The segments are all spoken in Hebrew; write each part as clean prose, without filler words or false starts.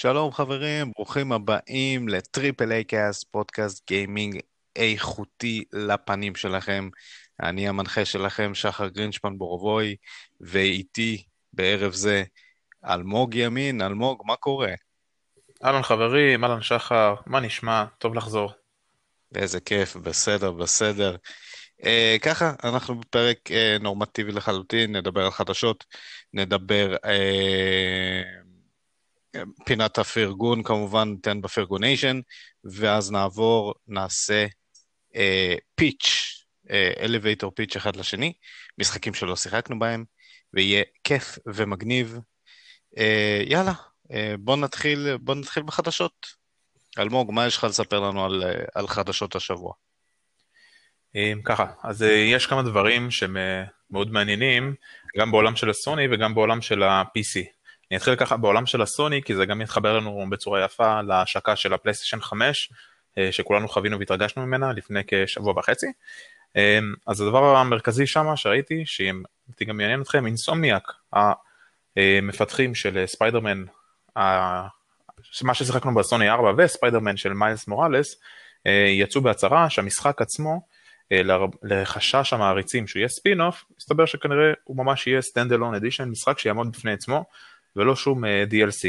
שלום חברים, ברוכים הבאים לטריפל איי קאסט, פודקאסט גיימינג איכותי לפנים שלכם. אני המנחה שלכם, שחר גרינשפן בורובוי, ואיתי בערב זה אלמוג ימין. אלמוג, מה קורה? אהלן חברים, אהלן שחר, מה נשמע? טוב לחזור. איזה כיף, בסדר, בסדר. ככה, אנחנו בפרק נורמטיבי לחלוטין, נדבר על חדשות, נדבר פינת הפרגון, כמובן ניתן בפרגוניישן, ואז נעבור, נעשה פיץ', אלווייטור פיץ' אחד לשני, משחקים שלא שיחקנו בהם, ויהיה כיף ומגניב. יאללה, בוא נתחיל בחדשות. אלמוג, מה יש לך לספר לנו על חדשות השבוע? ככה, אז יש כמה דברים שהם מאוד מעניינים, גם בעולם של הסוני וגם בעולם של ה-PC. אני אתחיל ככה בעולם של הסוני, כי זה גם יתחבר לנו בצורה יפה להשקה של הפלייסטיישן 5, שכולנו חווינו והתרגשנו ממנה לפני כשבוע וחצי. אז הדבר המרכזי שם שראיתי, שאם גם יעניין אתכם, אינסומניאק, המפתחים של ספיידרמן, מה ששיחקנו בסוני 4 וספיידרמן של מיילס מוראלס, יצאו בהצהרה שהמשחק עצמו, לחשש המעריצים שהוא יהיה ספין-אוף, מסתבר שכנראה הוא ממש יהיה stand-alone edition, משחק שיעמוד בפני עצמו, ולא שום DLC.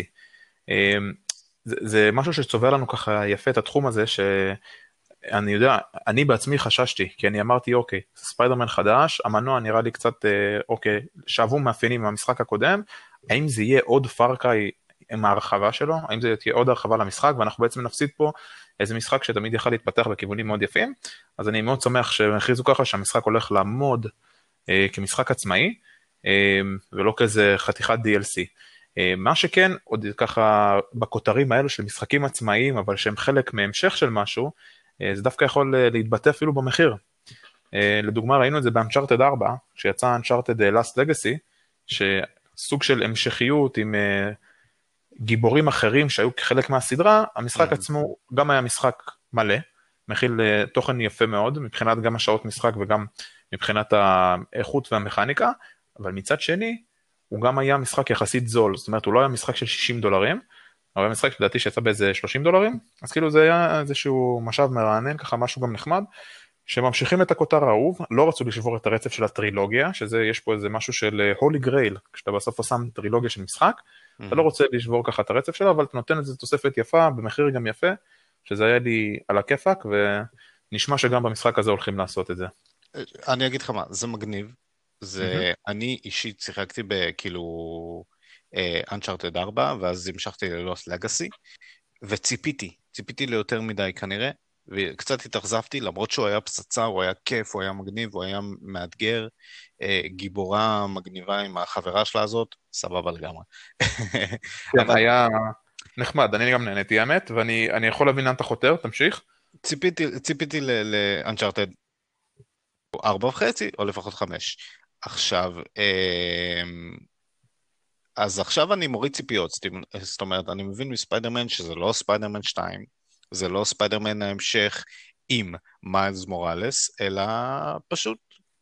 זה משהו שצובע לנו ככה יפה את התחום הזה, שאני יודע, אני בעצמי חששתי, כי אני אמרתי, אוקיי, ספיידרמן חדש, המנוע נראה לי קצת, אוקיי, שאבו מאפיינים מהמשחק הקודם, האם זה יהיה עוד פארקריי עם ההרחבה שלו, האם זה תהיה עוד הרחבה למשחק, ואנחנו בעצם נפסיד פה איזה משחק שתמיד יכל להתפתח בכיוונים מאוד יפים, אז אני מאוד שמח שהם הכריזו ככה שהמשחק הולך לעמוד כמשחק עצמאי, ולא כזה חתיכת DLC. מה שכן, עוד ככה בכותרים האלו של משחקים עצמאיים, אבל שהם חלק מהמשך של משהו, זה דווקא יכול להתבטא אפילו במחיר. לדוגמה ראינו את זה באנצ'ארטד 4, שיצא אנצ'ארטד Last Legacy, שסוג של המשכיות עם גיבורים אחרים שהיו חלק מהסדרה, המשחק עצמו גם היה משחק מלא, מכיל תוכן יפה מאוד, מבחינת גם השעות משחק וגם מבחינת האיכות והמכניקה, אבל מצד שני, הוא גם היה משחק יחסית זול, זאת אומרת, הוא לא היה משחק של $60, אבל היה משחק שלדעתי שיצא באיזה $30, אז כאילו זה היה איזשהו משאב מרענן, ככה משהו גם נחמד, שממשיכים את הכותר האהוב, לא רצו לשבור את הרצף של הטרילוגיה, שזה יש פה איזה משהו של הולי גרייל, כשאתה בסוף שם טרילוגיה של משחק, אתה לא רוצה לשבור ככה את הרצף שלו, אבל אתה נותן איזה תוספת יפה, במחיר גם יפה, שזה היה לי על הכיפק, ונשמע שגם במשחק הזה הולכים לעשות את זה. אני אגיד לך מה, זה מגניב. מהמם. אני אישית שיחקתי בכאילו Uncharted 4, ואז המשכתי ללוס לגאסי, וציפיתי ליותר מדי כנראה, וקצת התאכזבתי, למרות שהוא היה פצצה, הוא היה כיף, הוא היה מגניב, הוא היה מאתגר, גיבורה מגניבה עם החברה שלה הזאת, סבבה לגמרי. כן, אבל היה נחמד, אני גם נהניתי האמת, ואני יכול להבין לאן אתה חותר, תמשיך. ציפיתי לאנצ'ארטד 4.5, או לפחות 5. עכשיו, אז עכשיו אני מוריד ציפיות, זאת אומרת, אני מבין מספיידרמן שזה לא ספיידרמן 2, זה לא ספיידרמן ההמשך עם מיילס מוראלס, אלא פשוט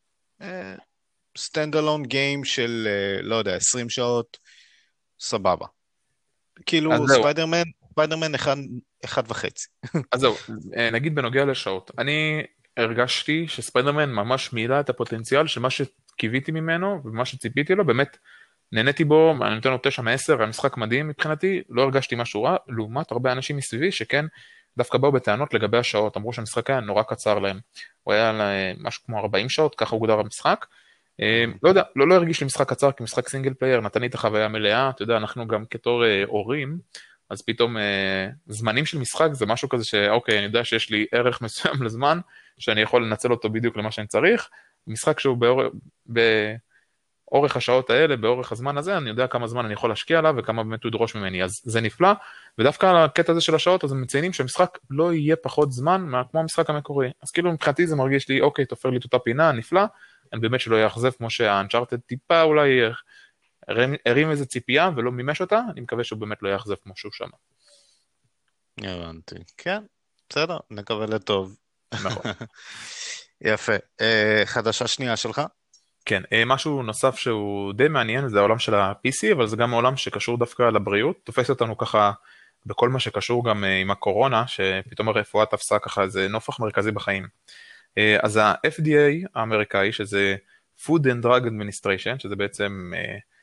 סטנד אלון גיים של, לא יודע, 20 שעות, סבבה. אז כאילו זהו, ספיידרמן אחד וחצי. אז זהו, נגיד בנוגע לשעות, אני הרגשתי שספיידרמן ממש מילא את הפוטנציאל של מה שקיוויתי ממנו, ומה שציפיתי לו, באמת נהניתי בו, אני נותן לו 9 מ-10, היה משחק מדהים מבחינתי, לא הרגשתי משהו רע, לעומת הרבה אנשים מסביבי שכן, דווקא באו בטענות לגבי השעות, אמרו שהמשחק היה נורא קצר להם, הוא היה משהו כמו 40 שעות, ככה הוגדר המשחק, לא יודע, לא הרגיש לי משחק קצר כמשחק סינגל פלייר, נתן לי את החוויה המלאה, אתה יודע, אנחנו גם כתור הורים, אז פתאום זמנים של משחק זה משהו כזה שאוקיי, אני יודע שיש לי ערך מסוים לזמן, שאני יכול לנצל אותו בדיוק למה שאני צריך, משחק שהוא באורך השעות האלה, באורך הזמן הזה, אני יודע כמה זמן אני יכול להשקיע עליו, וכמה באמת הוא ידרוש ממני, אז זה נפלא, ודווקא על הקטע הזה של השעות, אז הם מציינים שהמשחק לא יהיה פחות זמן, כמו המשחק המקורי, אז כאילו מבחינתי זה מרגיש לי, אוקיי, תופר לי את אותה פינה, נפלא, אני באמת שלא יאכזב, כמו שהאנצ'ארטד טיפה אולי הרים איזה ציפייה ולא מימש אותה, אני מקווה שהוא באמת לא יאכזב כמו שהוא שם. הבנתי. כן, בסדר, נקווה לטוב. נכון. יפה. חדשה שנייה שלך? כן, משהו נוסף שהוא די מעניין, זה העולם של ה-PC, אבל זה גם העולם שקשור דווקא לבריאות, תופס אותנו ככה בכל מה שקשור גם עם הקורונה, שפתאום הרפואה תפסה ככה איזה נופח מרכזי בחיים. אז ה-FDA האמריקאי, שזה Food and Drug Administration, שזה בעצם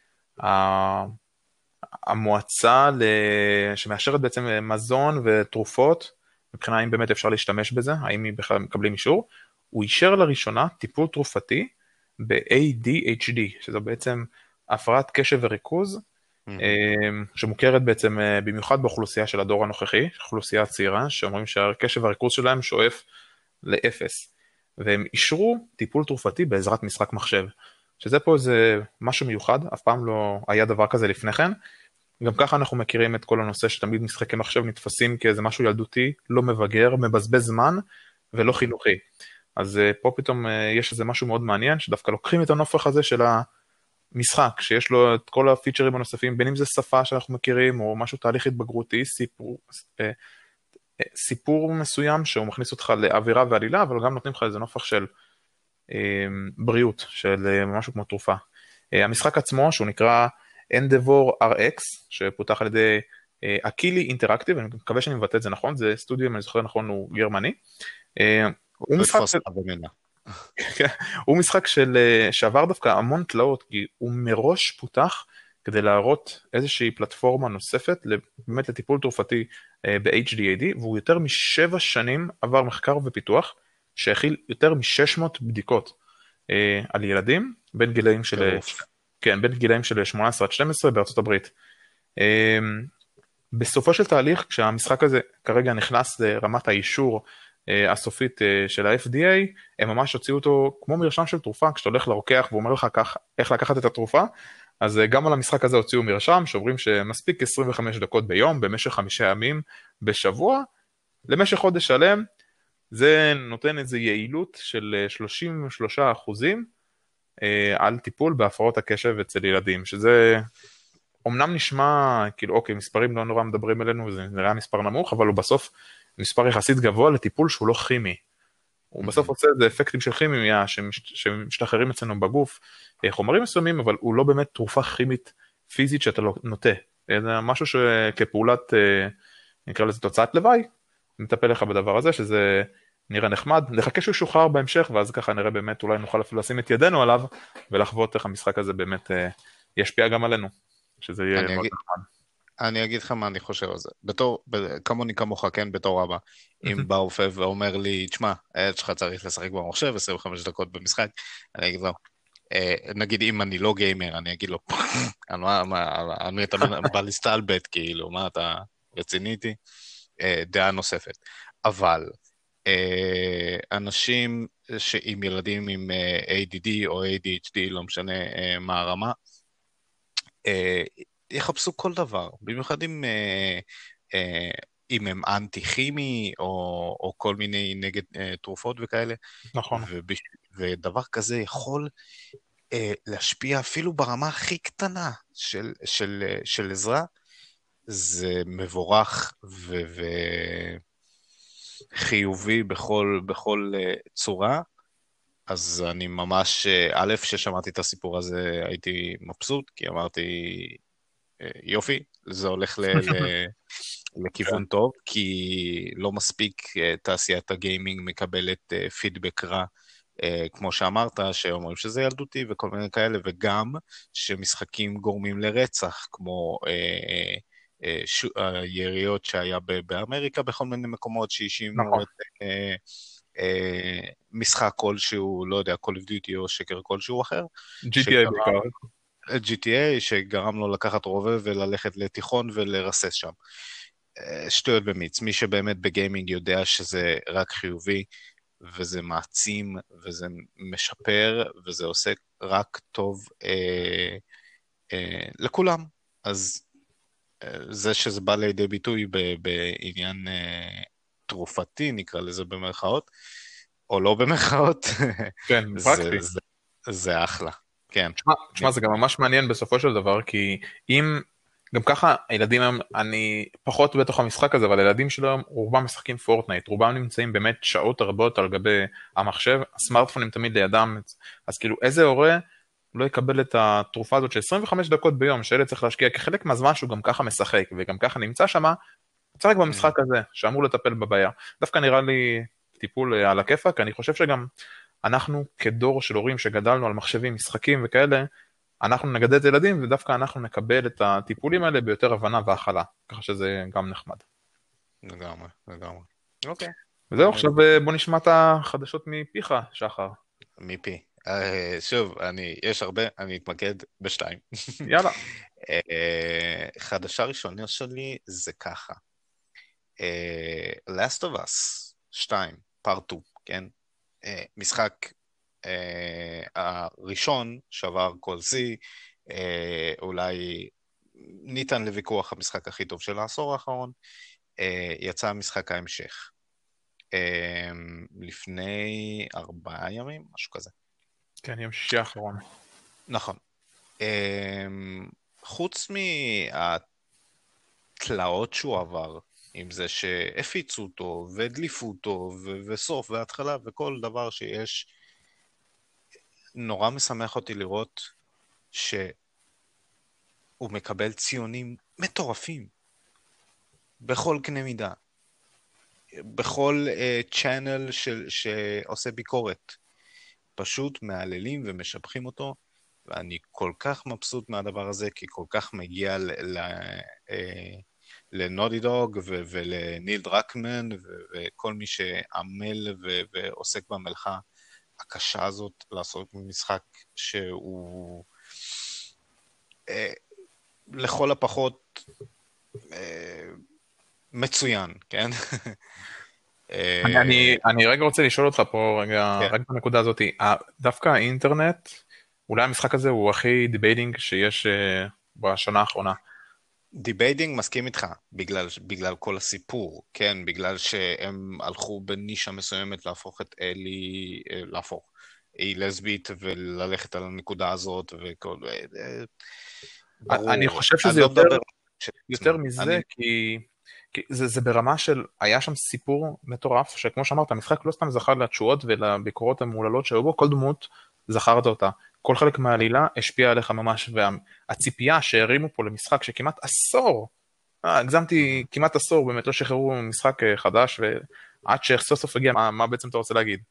המועצה שמאשרת בעצם מזון ותרופות, מבחינה אם באמת אפשר להשתמש בזה, האם היא בכלל מקבלים אישור, הוא אישר לראשונה טיפול תרופתי ב-ADHD, שזו בעצם הפרעת קשב וריכוז, שמוכרת בעצם במיוחד באוכלוסייה של הדור הנוכחי, אוכלוסייה צעירה, שאומרים שהקשב והריכוז שלהם שואף לאפס, והם אישרו טיפול תרופתי בעזרת משחק מחשב, שזה פה איזה משהו מיוחד, אף פעם לא היה דבר כזה לפני כן, גם ככה אנחנו מכירים את כל הנושא שתמיד משחקי מחשב נתפסים כאיזה משהו ילדותי, לא מבגר, מבזבז זמן ולא חינוכי. אז פה פתאום יש איזה משהו מאוד מעניין, שדווקא לוקחים את הנופח הזה של המשחק, שיש לו את כל הפיצ'רים הנוספים, בין אם זה שפה שאנחנו מכירים, או משהו תהליך התבגרותי, סיפור מסוים שהוא מכניס אותך לאווירה ועלילה, אבל גם נותנים לך איזה נופח של בריאות, של משהו כמו תרופה. המשחק עצמו, שהוא נקרא Endeavor RX, שפותח על ידי אקילי אינטראקטיב, אני מקווה שאני מבטא את זה נכון, זה סטודיו, אם אני זוכר נכון, הוא גרמני. הוא משחק שעבר דווקא המון תלאות, כי הוא מראש פותח כדי להראות איזושהי פלטפורמה נוספת, באמת לטיפול תרופתי ב-HDAD, והוא יותר מ7 שנים עבר מחקר ופיתוח, שהכיל יותר מ600 בדיקות על ילדים, בין גילאים של... כן, בין גילאים של 18 עד 12 בארצות הברית. בסופו של תהליך, כשהמשחק הזה כרגע נכנס לרמת האישור הסופית של ה-FDA, הם ממש הוציאו אותו כמו מרשם של תרופה, כשאתה הולך לרוקח ואומר לך איך לקחת את התרופה, אז גם על המשחק הזה הוציאו מרשם, שאומרים שמספיק 25 דקות ביום, במשך 5 ימים בשבוע, למשך חודש שלם, זה נותן איזו יעילות של 33%, על טיפול בהפרעות הקשב אצל ילדים, שזה אומנם נשמע, כאילו אוקיי, מספרים לא נורא מדברים אלינו, זה נראה מספר נמוך, אבל הוא בסוף מספר יחסית גבוה לטיפול שהוא לא כימי. הוא בסוף עושה איזה אפקטים של כימיה שמשתחררים אצלנו בגוף, חומרים מסוימים, אבל הוא לא באמת תרופה כימית פיזית שאתה לא נוטה. זה משהו שכפעולת, נקרא לזה תוצאת לוואי, מטפל לך בדבר הזה, שזה נראה נחמד, נחכה שהוא שוחרר בהמשך, ואז ככה נראה באמת, אולי נוכל אפילו לשים את ידינו עליו, ולחוות איך המשחק הזה באמת ישפיע גם עלינו, שזה יהיה מאוד נחמד. אני אגיד לך מה אני חושב על זה, כמוני כמוך, כן, בתור אבא, אם בא רופא ואומר לי, תשמע, הילד שלך צריך לשחק במחשב 25 דקות במשחק, אני אגיד לו, נגיד אם אני לא גיימר, אני אגיד לו, אני אתה בא להסתלבט, כאילו, מה אתה רציני איתי? דעה נוספת. אבל אנשים עם ילדים עם ADD או ADHD, לא משנה מה הרמה, יחפשו כל דבר, במיוחד אם הם אנטי-כימי או כל מיני נגד תרופות וכאלה. נכון. ודבר כזה יכול להשפיע אפילו ברמה הכי קטנה של עזרה, זה מבורך וחיובי בכל צורה. אז אני ממש, א', ששמעתי את הסיפור הזה, הייתי מבסוט, כי אמרתי, יופי, זה הולך לכיוון טוב, כי לא מספיק תעשיית הגיימינג מקבלת פידבק רע, כמו שאמרת, שאומרים שזה ילדותי וכל מיני כאלה, וגם שמשחקים גורמים לרצח, כמו היריות שהיה באמריקה, בכל מיני מקומות שהאשימו נכון. משחק כלשהו, לא יודע, Call of Duty או שקר כלשהו אחר. GTA בעיקר. GTA שגרם לו לקחת רובה וללכת לתיכון ולרסס שם. שטויות במיץ, מי שבאמת בגיימינג יודע שזה רק חיובי, וזה מעצים, וזה משפר, וזה עושה רק טוב לכולם. אז זה שזה בא לידי ביטוי בעניין תרופתי, נקרא לזה במרכאות, או לא במרכאות, כן, פרקטי. זה אחלה. כן. תשמע, זה גם ממש מעניין בסופו של דבר, כי אם, גם ככה הילדים הם, אני פחות בתוך המשחק הזה, אבל הילדים שלו רובם משחקים פורטנייט, רובם נמצאים באמת שעות רבות על גבי המחשב, הסמארטפונים תמיד לידם, אז כאילו איזה הורה לא יקבל את התרופה הזאת של 25 דקות ביום, שילד צריך להשקיע כחלק מהזמן שהוא גם ככה משחק, וגם ככה נמצא שמה, תשחק במשחק הזה, שאמור לטפל בבעיה. דווקא נראה לי טיפול על הכיפק, אני חושב שגם אנחנו כדור של הורים שגדלנו על מחשבים, משחקים וכאלה, אנחנו נגדל את ילדים, ודווקא אנחנו נקבל את הטיפולים האלה ביותר הבנה והכלה, ככה שזה גם נחמד. לגמרי, לגמרי. אוקיי. וזהו, עכשיו בוא נשמע את החדשות מפיך, שחר. מפי. שוב, יש הרבה, אני אתמקד בשתיים. יאללה. חדשה ראשונה שלי זה ככה. Last of Us 2, Part 2, כן? משחק הראשון שעבר כל שיא, אולי ניתן לוויכוח המשחק הכי טוב של העשור האחרון, יצא משחק ההמשך. לפני 4 ימים, משהו כזה. כן, יום שישי האחרון. נכון. חוץ מהתלאות שהוא עבר, עם זה שהפיצו אותו, והדליפו אותו, וסוף והתחלה, וכל דבר שיש, נורא משמח אותי לראות שהוא מקבל ציונים מטורפים, בכל קנה מידה, בכל צ'אנל שעושה ביקורת. פשוט מעללים ומשבחים אותו, ואני כל כך מבסוט מהדבר הזה, כי כל כך מגיע לנודי דוג ולניל דרקמן וכל מי שעמל ועוסק במלאכה הקשה הזאת לעשות משחק שהוא לכל הפחות מצוין, כן? אני רגע רוצה לשאול אותך פה, רק בנקודה הזאת, דווקא האינטרנט, אולי המשחק הזה הוא הכי דיבייטינג שיש בשנה האחרונה. דיבייטינג מסכים איתך, בגלל כל הסיפור, כן? בגלל שהם הלכו בנישה מסוימת להפוך את אלי, היא לסבית וללכת על הנקודה הזאת וכל... אני חושב שזה יותר מזה, כי זה ברמה של, היה שם סיפור מטורף, שכמו שאמרת, המשחק לא סתם זכר לתשואות ולביקורות המעוללות שהיו בו, כל דמות זכרת אותה. כל חלק מהעלילה השפיע עליך ממש, והציפייה שהרימו פה למשחק שכמעט עשור, הגזמתי כמעט עשור, באמת לא שחררו משחק חדש, ועד שסוף סוף הגיע, מה בעצם אתה רוצה להגיד?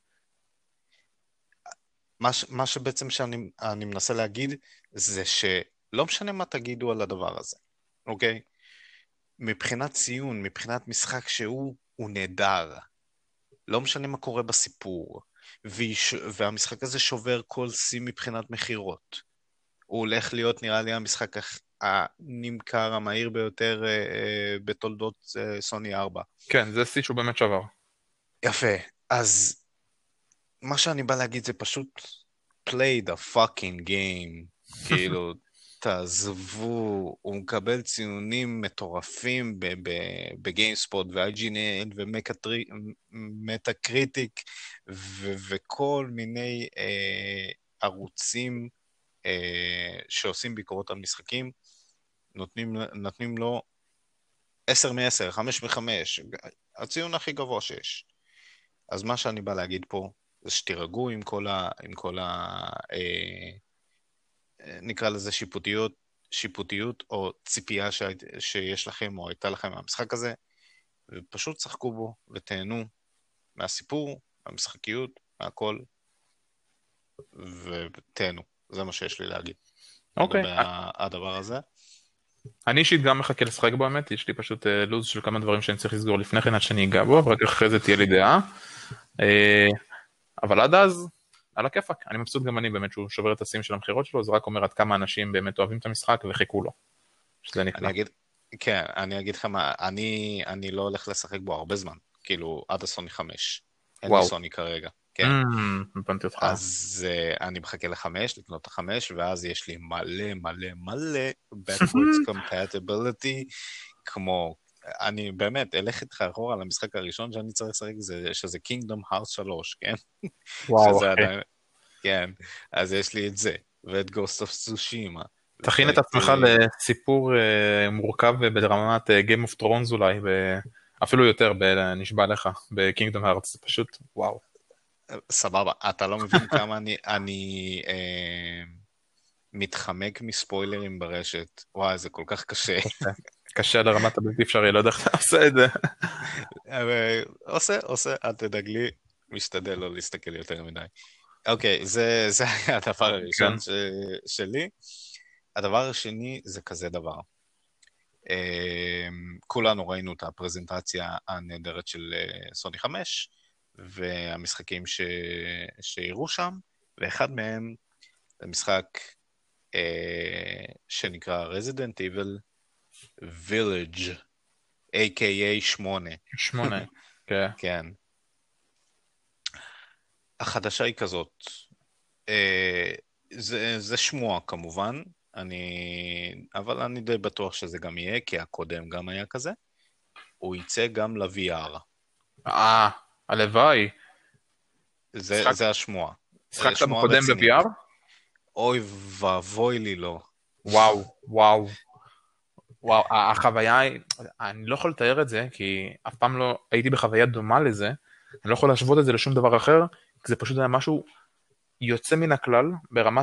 מה שבעצם שאני מנסה להגיד, זה שלא משנה מה תגידו על הדבר הזה, אוקיי? מבחינת ציון, מבחינת משחק שהוא נהדר, לא משנה מה קורה בסיפור, והמשחק הזה שובר כל שיא מבחינת מחירות. הוא הולך להיות, נראה לי, המשחק הנמכר המהיר ביותר בתולדות סוני 4. כן, זה שיא שהוא באמת שבר. יפה, אז מה שאני בא להגיד זה פשוט play the fucking game, כאילו, תעזבו, הוא מקבל ציונים מטורפים בגיימספוט ו-IGN ומטה-קריטיק וכל מיני ערוצים שעושים ביקורות על משחקים, נותנים לו 10 מ-10, 5 מ-5, הציון הכי גבוה שיש. אז מה שאני בא להגיד פה, זה שתירגעו עם כל נקרא לזה שיפוטיות או ציפייה שיש לכם או הייתה לכם מהמשחק הזה, ופשוט צחקו בו ותהנו מהסיפור, מהמשחקיות, מהכל, ותהנו. זה מה שיש לי להגיד. אוקיי. הדבר הזה. אני אישית גם מחכה לשחק באמת, יש לי פשוט לוז של כמה דברים שאני צריך לסגור לפני כן עד שאני אגע בו, ורק אחרי זה תהיה לי דעה. אבל עד אז, על הכיפק, אני מבסוט גם אני באמת שהוא שובר את השים של המחירות שלו, זה רק אומר עד כמה אנשים באמת אוהבים את המשחק וחיכו לו. שזה נפלא. כן, אני אגיד לך מה, אני לא הולך לשחק בו הרבה זמן, כאילו עד הסוני 5. אין לי סוני כרגע, כן. הבנתי אותך. אז אני מחכה ל5, לקנות את ה5, ואז יש לי מלא backwards compatibility, כמו, אני באמת אלך איתך אחורה למשחק הראשון שאני צריך לשחק, שזה Kingdom Hearts 3, כן? וואו, אחי. כן, אז יש לי את זה, ואת Ghost of Tsushima. תכין את עצמך לסיפור מורכב ברמת Game of Thrones אולי, אפילו יותר, נשבע לך, ב-Kingdom Hearts, זה פשוט וואו. סבבה, אתה לא מבין כמה אני מתחמק מספוילרים ברשת. וואי, זה כל כך קשה. קשה לרמת הבלתי אפשרי, לא יודע איך אתה עושה את זה. עושה, אל תדאג לי, משתדל לא להסתכל יותר מדי. אוקיי, זה היה הדבר כן. הראשון שלי. הדבר השני זה כזה דבר. כולנו ראינו את הפרזנטציה הנהדרת של סוני 5, והמשחקים שהראו שם, ואחד מהם זה משחק שנקרא Resident Evil Village, a.k.a 8. 8. כן. כן. החדשה היא כזאת, זה שמוע כמובן, אבל אני די בטוח שזה גם יהיה, כי הקודם גם היה כזה. הוא יצא גם ל-VR. הלוואי. זה השמועה. שחקת שמועה בקודם רצינית. ב-VR? אוי ואבוי לי לא. וואו, וואו. וואו, החוויה היא, אני לא יכול לתאר את זה, כי אף פעם לא הייתי בחוויה דומה לזה, אני לא יכול להשוות את זה לשום דבר אחר, כי זה פשוט היה משהו יוצא מן הכלל, ברמת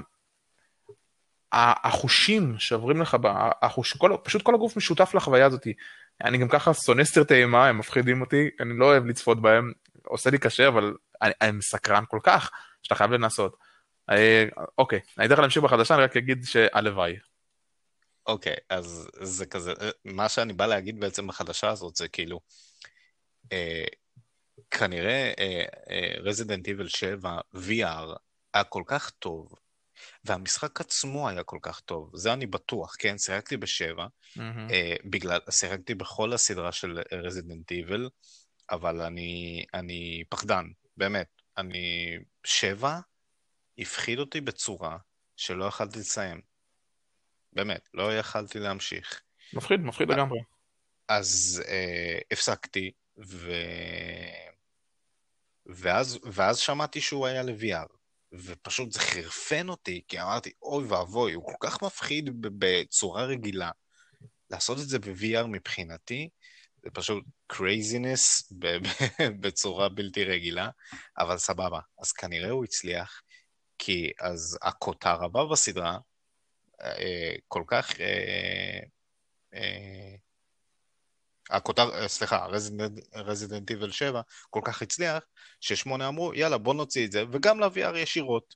החושים שעוברים לך, פשוט כל הגוף משותף לחוויה הזאת. אני גם ככה שונא סרטי אימה, הם מפחידים אותי, אני לא אוהב לצפות בהם, עושה לי קשה, אבל אני מסקרן כל כך, שאתה חייב לנסות. אוקיי, אני אדרך להמשיך בחדשה, אני רק אגיד שהלוואי. אוקיי, אז זה כזה, מה שאני בא להגיד בעצם בחדשה הזאת זה כאילו, כנראה Resident Evil 7 VR היה כל כך טוב, והמשחק עצמו היה כל כך טוב, זה אני בטוח, כן? שיחקתי בשבע, שיחקתי בכל הסדרה של Resident Evil, אבל אני פחדן, באמת. שבע הפחיד אותי בצורה שלא יכלתי לסיים. באמת, לא יכלתי להמשיך. מפחיד, מפחיד לגמרי. אז הפסקתי, ואז שמעתי שהוא היה ל-VR, ופשוט זה חרפן אותי, כי אמרתי, אוי ואבוי, הוא כל כך מפחיד בצורה רגילה. לעשות את זה ב-VR מבחינתי, זה פשוט craziness בצורה בלתי רגילה, אבל סבבה. אז כנראה הוא הצליח, כי אז הכותר הבא בסדרה, כל כך... Resident Evil 7 כל כך הצליח, ש8 אמרו, יאללה, בוא נוציא את זה, וגם ל-VR ישירות.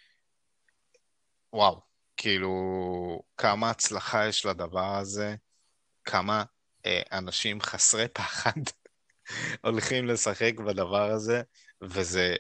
וואו, כאילו, כמה הצלחה יש לדבר הזה, כמה אנשים חסרי פחד הולכים לשחק בדבר הזה, וזה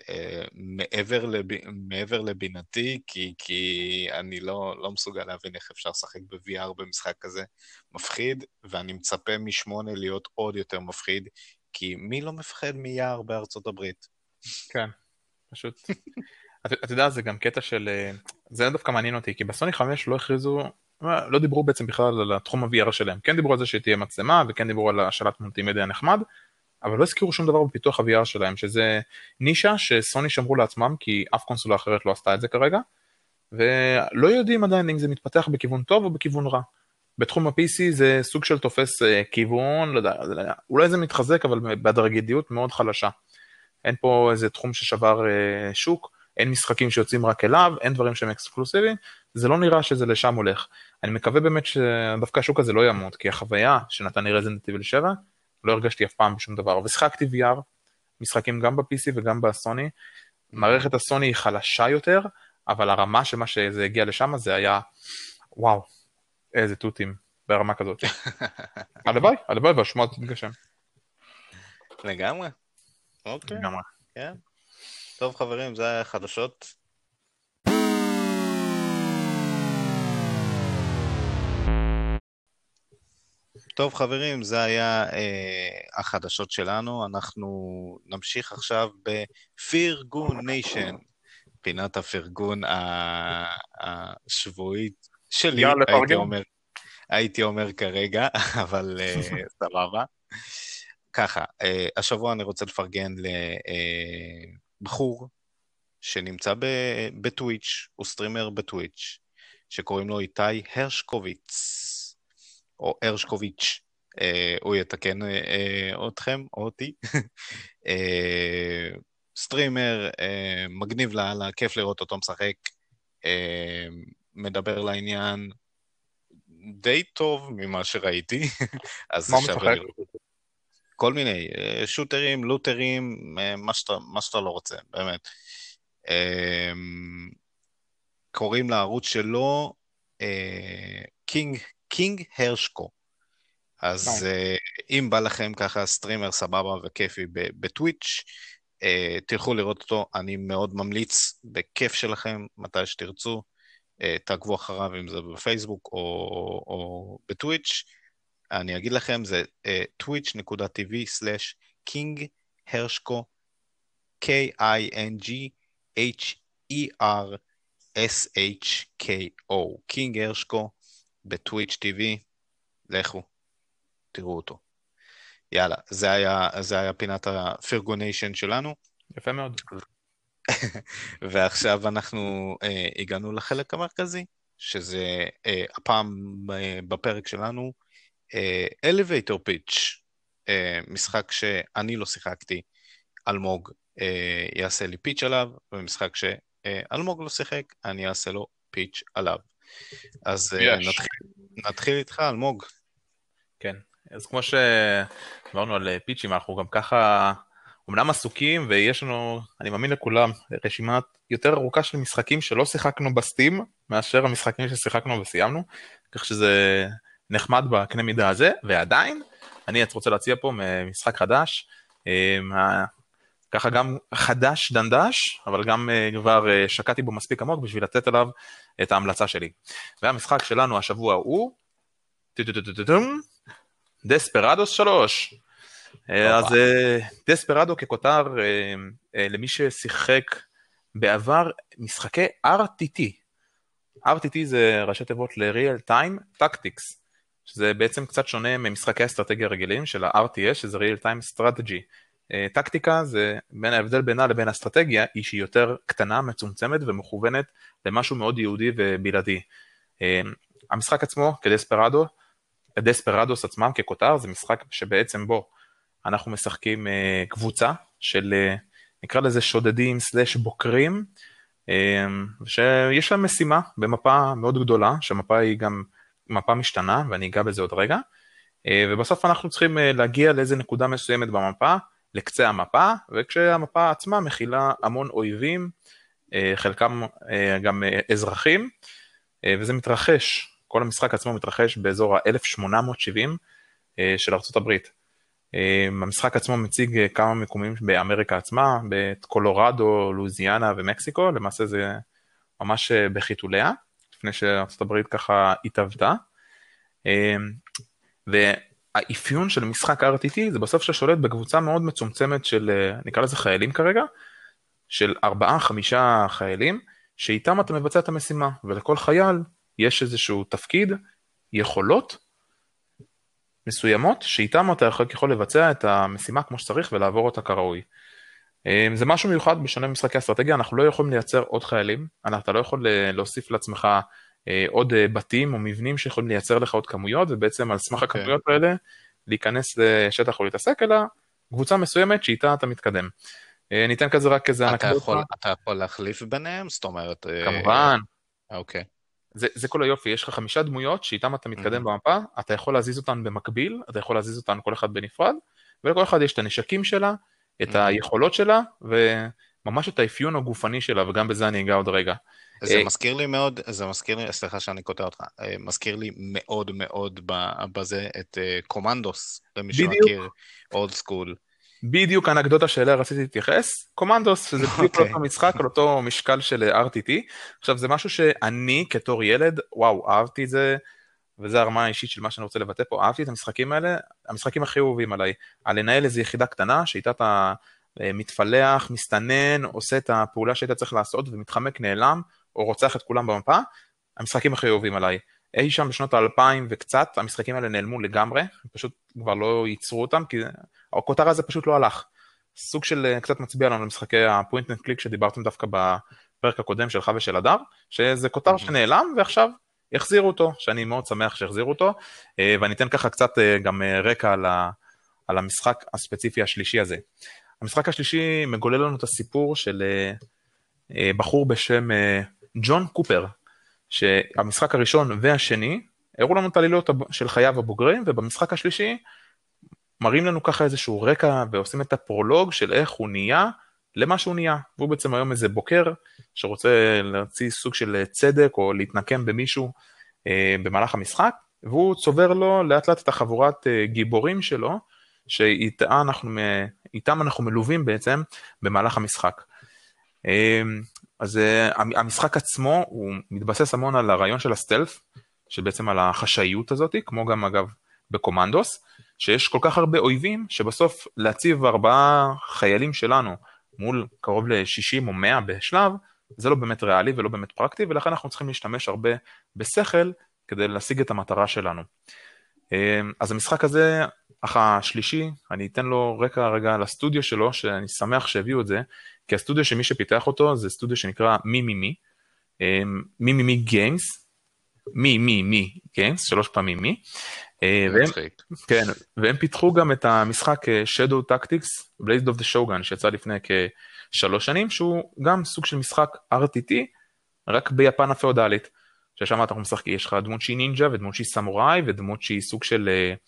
מעבר לבינתי, כי אני לא מסוגל להבין איך אפשר לשחק ב-VR במשחק כזה מפחיד, ואני מצפה מ8 להיות עוד יותר מפחיד, כי מי לא מפחד מיער בארצות הברית? כן, פשוט. אתה יודע, זה גם קטע של, זה דווקא מעניין אותי, כי בסוני 5 לא הכריזו, לא דיברו בעצם בכלל על התחום ה-VR שלהם, כן דיברו על זה שתהיה מצלמה, וכן דיברו על השאלת מולטימדיה נחמד, אבל לא הזכירו שום דבר בפיתוח ה-VR שלהם, שזה נישה שסוני שמרו לעצמם, כי אף קונסולה אחרת לא עשתה את זה כרגע, ולא יודעים עדיין אם זה מתפתח בכיוון טוב או בכיוון רע. בתחום ה-PC זה סוג של תופס כיוון, לא יודע, אולי זה מתחזק, אבל בהדרגתיות מאוד חלשה. אין פה איזה תחום ששבר שוק, אין משחקים שיוצאים רק אליו, אין דברים שהם אקסקלוסיביים, זה לא נראה שזה לשם הולך. אני מקווה באמת שדווקא השוק הזה לא ימות, כי החוויה שנתן לי Resident Evil 7, לא הרגשתי אף פעם בשום דבר, ושחקתי VR, משחקים גם ב-PC וגם בסוני, מערכת הסוני היא חלשה יותר, אבל הרמה של מה שזה הגיע לשם, זה היה, וואו, איזה תותים, ברמה כזאת. הלוואי, הלוואי, והשמועה תתגשם. לגמרי. אוקיי. לגמרי. כן. טוב חברים, זה היה חדשות. טוב חברים, זה היה החדשות שלנו. אנחנו נמשיך עכשיו בפרגון ניישן, פינת הפרגון השבועית שלי, הייתי אומר כרגע, אבל סבבה. ככה, השבוע אני רוצה לפרגן לבחור שנמצא בטוויץ', הוא סטרימר בטוויץ', שקוראים לו איתי הרשקוביץ, או הרשקוביץ', הוא יתקן אתכם, או אותי. סטרימר, מגניב כיף לראות אותו משחק, מדבר לעניין, די טוב ממה שראיתי, אז מה זה הוא שווה משחק? לראות. כל מיני, שוטרים, לוטרים, מה שאתה לא רוצה, באמת. קוראים לערוץ שלו קינג הרשקו. אז אם בא לכם ככה סטרימר סבבה וכיפי בטוויץ', תלכו לראות אותו, אני מאוד ממליץ, בכיף שלכם, מתי שתרצו, תעקבו אחריו אם זה בפייסבוק או בטוויץ', אני אגיד לכם, זה twitch.tv/king הרשקו, KINGHERSHKO, קינג הרשקו, בטוויץ' TV, לכו, תראו אותו. יאללה, זה היה פינת הפרגוניישן שלנו. יפה מאוד. ועכשיו אנחנו הגענו לחלק המרכזי, שזה הפעם בפרק שלנו, Elevator Pitch, משחק שאני לא שיחקתי, אלמוג יעשה לי פיץ' עליו, ומשחק שאלמוג לא שיחק, אני אעשה לו פיץ' עליו. אז נתחיל איתך, אלמוג. כן, אז כמו שדיברנו על פיצ'ים, אנחנו גם ככה אומנם עסוקים, ויש לנו, אני מאמין לכולם, רשימה יותר ארוכה של משחקים שלא שיחקנו בסטים, מאשר המשחקים ששיחקנו וסיימנו, כך שזה נחמד בקנה מידה הזה, ועדיין, אני רוצה להציע פה משחק חדש, ככה גם חדש דנדש, אבל גם כבר שקעתי בו מספיק עמוק בשביל לתת עליו את ההמלצה שלי. והמשחק שלנו השבוע הוא דספרדוס 3. אז דספרדו ככותר, למי ששיחק בעבר משחקי RTT. RTT זה ראשי תיבות ל-Real Time Tactics, שזה בעצם קצת שונה ממשחקי אסטרטגיה רגילים של ה-RTS, שזה Real Time Strategy. טקטיקה זה ההבדל בינה לבין אסטרטגיה, היא שהיא יותר קטנה, מצומצמת ומכוונת למשהו מאוד יהודי ובלעדי. המשחק עצמו דספרדוס עצמם ככותר, זה משחק שבעצם בו אנחנו משחקים קבוצה של, נקרא לזה שודדים סלש בוקרים, שיש להם משימה במפה מאוד גדולה, שהמפה היא גם מפה משתנה, ואני אגע בזה עוד רגע, ובסוף אנחנו צריכים להגיע לאיזה נקודה מסוימת במפה, לקצה המפה, וכשהמפה עצמה מכילה המון אויבים, חלקם גם אזרחים, וזה מתרחש, כל המשחק עצמו מתרחש באזור ה-1870 של ארצות הברית. המשחק עצמו מציג כמה מיקומים באמריקה עצמה, בקולורדו, לואיזיאנה ומקסיקו, למעשה זה ממש בחיתוליה, לפני שארצות הברית ככה התעבדה. והאפיון של משחק RTT זה בסוף ששולט בקבוצה מאוד מצומצמת של, נקרא לזה חיילים כרגע, של 4-5 חיילים, שאיתם אתה מבצע את המשימה, ולכל חייל יש איזשהו תפקיד, יכולות מסוימות, שאיתם אתה יכול לבצע את המשימה כמו שצריך, ולעבור אותה כראוי. זה משהו מיוחד בשונה במשחקי אסטרטגיה, אנחנו לא יכולים לייצר עוד חיילים, אתה לא יכול להוסיף לעצמך עוד בתים או מבנים שיכולים לייצר לך עוד כמויות, ובעצם על סמך הכמויות האלה, להיכנס לשטח או להתעסק, אלא קבוצה מסוימת שאיתה אתה מתקדם. ניתן כזה רק כזה אנקדוטה. אתה יכול להחליף ביניהם? זאת אומרת... כמובן. אוקיי. זה כל היופי, יש לך 5 דמויות שאיתם אתה מתקדם במפה, אתה יכול להזיז אותן במקביל, אתה יכול להזיז אותן כל אחד בנפרד, ולכל אחד יש את הנשקים שלה, את היכולות שלה, וממש את האפיון הגופני שלה, וגם בזה אני אגע עוד רגע. זה מזכיר לי מאוד, סליחה שאני קוטע אותך, מזכיר לי מאוד מאוד בזה את קומנדוס, למי שמכיר, אולד סקול. בדיוק האנקדוטה שאליה רציתי להתייחס, קומנדוס, שזה בדיוק אותו משחק, על אותו משקל של RTT, עכשיו זה משהו שאני כתור ילד, וואו, אהבתי את זה, וזה הרמה האישית של מה שאני רוצה לבטא פה, אהבתי את המשחקים האלה, המשחקים הכי אהובים עליי, על לנהל איזו יחידה קטנה, שאיתה אתה מתפלח, מסתנן, עושה את הפעולה שהיית צריך לעשות, ומתחמק נעלם, או רוצח את כולם במפה, המשחקים הכי אהובים עליי. אי שם בשנות ה-2000 וקצת, המשחקים האלה נעלמו לגמרי, פשוט כבר לא ייצרו אותם, כי הכותר הזה פשוט לא הלך. סוג של קצת מצביע לנו למשחקי הפוינט אנד קליק שדיברתם דווקא בפרק הקודם שלך ושל הדר, שזה כותר שנעלם ועכשיו יחזירו אותו, שאני מאוד שמח שיחזירו אותו, ואני אתן ככה קצת גם רקע על המשחק הספציפי השלישי הזה. המשחק השלישי מגולל לנו את הסיפור של בחור בשם ג'ון קופר, שהמשחק הראשון והשני הראו לנו את העלילות של חייו הבוגרים, ובמשחק השלישי מראים לנו ככה איזשהו רקע, ועושים את הפרולוג של איך הוא נהיה למה שהוא נהיה. והוא בעצם היום איזה בוקר, שרוצה להוציא סוג של צדק, או להתנקם במישהו במהלך המשחק, והוא צובר לו לאט לאט את החבורת גיבורים שלו, שאיתם אנחנו מלווים בעצם במהלך המשחק. אז המשחק עצמו הוא מתבסס המון על הרעיון של הסטלף, שבעצם על החשאיות הזאת, כמו גם אגב בקומנדוס, שיש כל כך הרבה אויבים, שבסוף להציב 4 חיילים שלנו מול קרוב ל-60 או 100 בשלב, זה לא באמת ריאלי ולא באמת פרקטי, ולכן אנחנו צריכים להשתמש הרבה בשכל, כדי להשיג את המטרה שלנו. אז המשחק הזה, אך השלישי, אני אתן לו רקע רגע לסטודיו שלו, שאני שמח שהביאו את זה, כי הסטודיו שמי שפיתח אותו, זה סטודיו שנקרא מימימי גיימס, מי גיימס, 3 פעמים מי, כן, והם פיתחו גם את המשחק Shadow Tactics, Blade of the Shogun, שיצא לפני כ3 שנים, שהוא גם סוג של משחק RTT, רק ביפן הפאודלית, ששם אתה משחק, יש לך דמות שהיא נינג'ה, ודמות שהיא סמוראי, ודמות שהיא סוג של,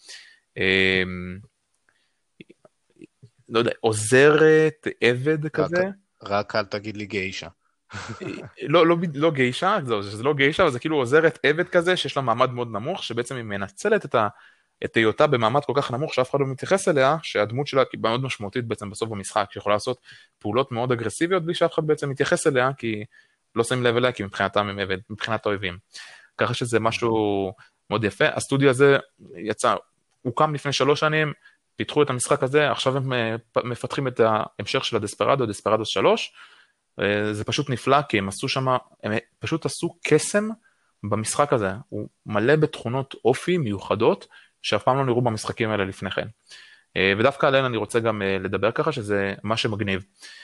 לא יודע, עוזרת, עבד כזה. רק אל תגיד לי גיישה. לא גיישה, זה לא גיישה, אבל זה כאילו עוזרת עבד כזה, שיש לה מעמד מאוד נמוך, שבעצם היא מנצלת את היותה במעמד כל כך נמוך, שאף אחד לא מתייחס אליה, שהדמות שלה מאוד משמעותית בעצם בסוף במשחק, שיכולה לעשות פעולות מאוד אגרסיביות, בלי שאף אחד בעצם מתייחס אליה, כי לא שמים לב אליה, כי מבחינתם הם עבד, מבחינת האויבים. ככה שזה משהו מאוד יפה. הסטודיו הזה יצא, הוקם לפני 3 שנים, פיתחו את המשחק הזה, עכשיו הם מפתחים את ההמשך של הדספרדו, דספרדו 3, זה פשוט נפלא, כי הם פשוט עשו קסם במשחק הזה, הוא מלא בתכונות אופי מיוחדות, שאף פעם לא נראו במשחקים האלה לפני כן. ודווקא עליהן אני רוצה גם לדבר ככה, שזה מה שמגניב.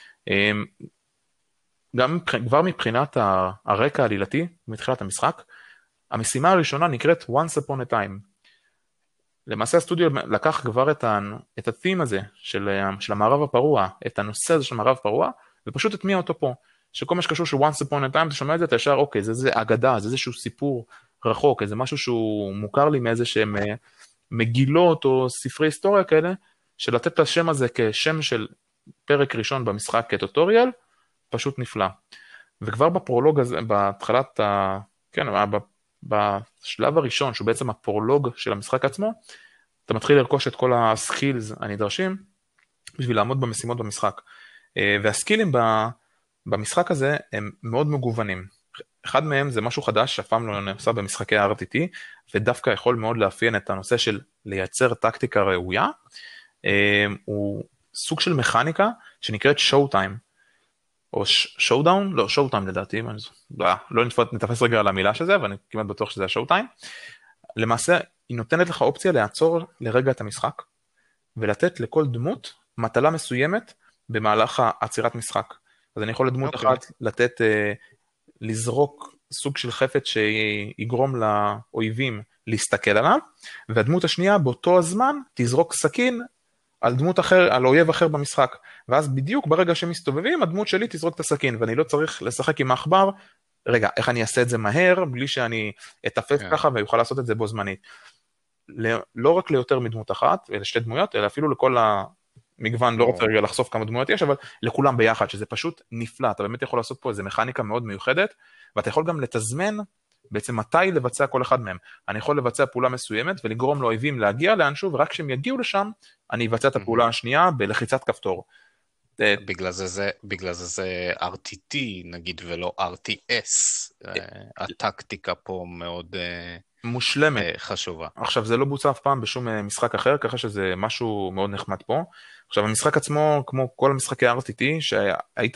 גם כבר מבחינת הרקע העלילתי, מתחילת המשחק, המשימה הראשונה נקראת Once Upon a Time. למעשה הסטודיו לקח כבר את התים הזה של המערב הפרוע, את הנושא הזה של המערב הפרוע, ופשוט הטמיע אותו פה. שכל מה שקשור של Once Upon a Time, אתה שומע את זה, אתה ישר, אוקיי, זה אגדה, זה איזשהו סיפור רחוק, איזה משהו שהוא מוכר לי מאיזה שהם מגילות או ספרי היסטוריה כאלה, של לתת את השם הזה כשם של פרק ראשון במשחק כטוטוריאל, פשוט נפלא. וכבר בפרולוג הזה, בהתחלת, כן, בשלב הראשון, שהוא בעצם הפרולוג של המשחק עצמו, אתה מתחיל לרכוש את כל הסקילס הנדרשים, בשביל לעמוד במשימות במשחק. והסקילים במשחק הזה הם מאוד מגוונים. אחד מהם זה משהו חדש שאף פעם לא נעשה במשחקי ה-RTT, ודווקא יכול מאוד לאפיין את הנושא של לייצר טקטיקה ראויה. הוא סוג של מכניקה שנקראת Showtime, או Showdown, לא, Showtime לדעתי, לא נתפס רגע על המילה של זה, אבל אני כמעט בטוח שזה ה-Showtime. למעשה, היא נותנת לך אופציה לעצור לרגע את המשחק, ולתת לכל דמות מטלה מסוימת במהלך העצירת משחק. אז אני יכול לדמות אחת לתת, לזרוק סוג של חפץ שיגרום לאויבים להסתכל עליו, והדמות השנייה באותו הזמן תזרוק סכין על דמות אחר, על אויב אחר במשחק, ואז בדיוק ברגע שהם מסתובבים, הדמות שלי תזרוק את הסכין, ואני לא צריך לשחק עם העכבר, רגע, איך אני אעשה את זה מהר, בלי שאני אתפס ככה ויוכל לעשות את זה בו זמנית. לא רק ליותר מדמות אחת, אלה 2 דמויות, אלא אפילו לכל המגוון, לא רוצה רגע לחשוף כמה דמויות יש, אבל לכולם ביחד, שזה פשוט נפלא, אתה באמת יכול לעשות פה איזו מכניקה מאוד מיוחדת, ואתה יכול גם לתזמן בעצם מתי לבצע כל אחד מהם. אני יכול לבצע פעולה מסוימת, ולגרום לאויבים להגיע לאנשהו, ורק כשהם יגיעו לשם, אני אבצע את הפעולה השנייה בלחיצת כפתור. בגלל זה זה RTT נגיד ולא RTS, הטקטיקה פה מאוד מושלמת, חשובה. עכשיו זה לא בוצע אף פעם בשום משחק אחר, ככה שזה משהו מאוד נחמד פה. עכשיו המשחק עצמו, כמו כל המשחקי RTT, שהיית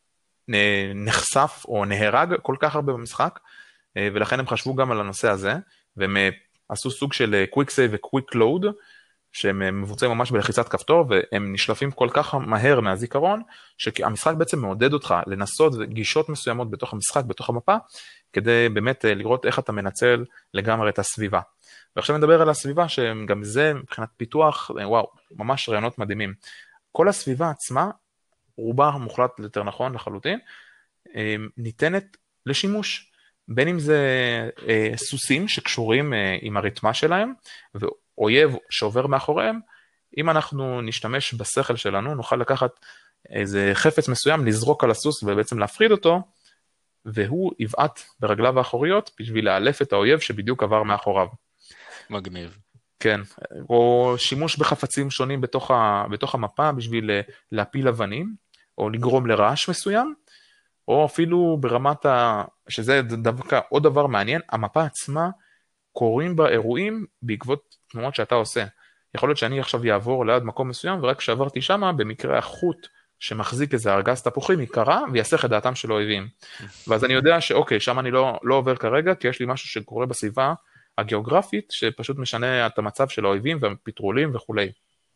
נחשף או נהרג כל כך הרבה במשחק, ולכן הם חשבו גם על הנושא הזה, והם עשו סוג של quick save ו-quick load, שהם מבוצעים ממש בלחיצת כפתור, והם נשלפים כל כך מהר מהזיכרון, שהמשחק בעצם מעודד אותך לנסות גישות מסוימות בתוך המשחק, בתוך המפה, כדי באמת לראות איך אתה מנצל לגמרי את הסביבה. ועכשיו נדבר על הסביבה, שגם זה מבחינת פיתוח, וואו, ממש רעיונות מדהימים. כל הסביבה עצמה, רובה מוחלט יותר נכון לחלוטין, ניתנת לשימוש. בין אם זה סוסים שקשורים עם הרתמה שלהם, ואויב שעובר מאחוריהם, אם אנחנו נשתמש בשכל שלנו, נוכל לקחת איזה חפץ מסוים, לזרוק על הסוס ובעצם להפריד אותו, והוא יבעט ברגליו האחוריות בשביל לאלף את האויב שבדיוק עבר מאחוריו. מגניב. כן, או שימוש בחפצים שונים בתוך המפה בשביל להפיל אבנים, או לגרום לרעש מסוים, או אפילו ברמת שזה דווקא עוד דבר מעניין, המפה עצמה קורים בה אירועים בעקבות תנועות שאתה עושה. יכול להיות שאני עכשיו יעבור ליד מקום מסוים, ורק כשעברתי שמה, במקרה החוט שמחזיק איזה ארגז תפוחים יקרה, ויסך את דעתם של האויבים. ואז אני יודע שאוקיי, שם אני לא עובר כרגע, כי יש לי משהו שקורה בסביבה הגיאוגרפית, שפשוט משנה את המצב של האויבים והפטרולים וכולי.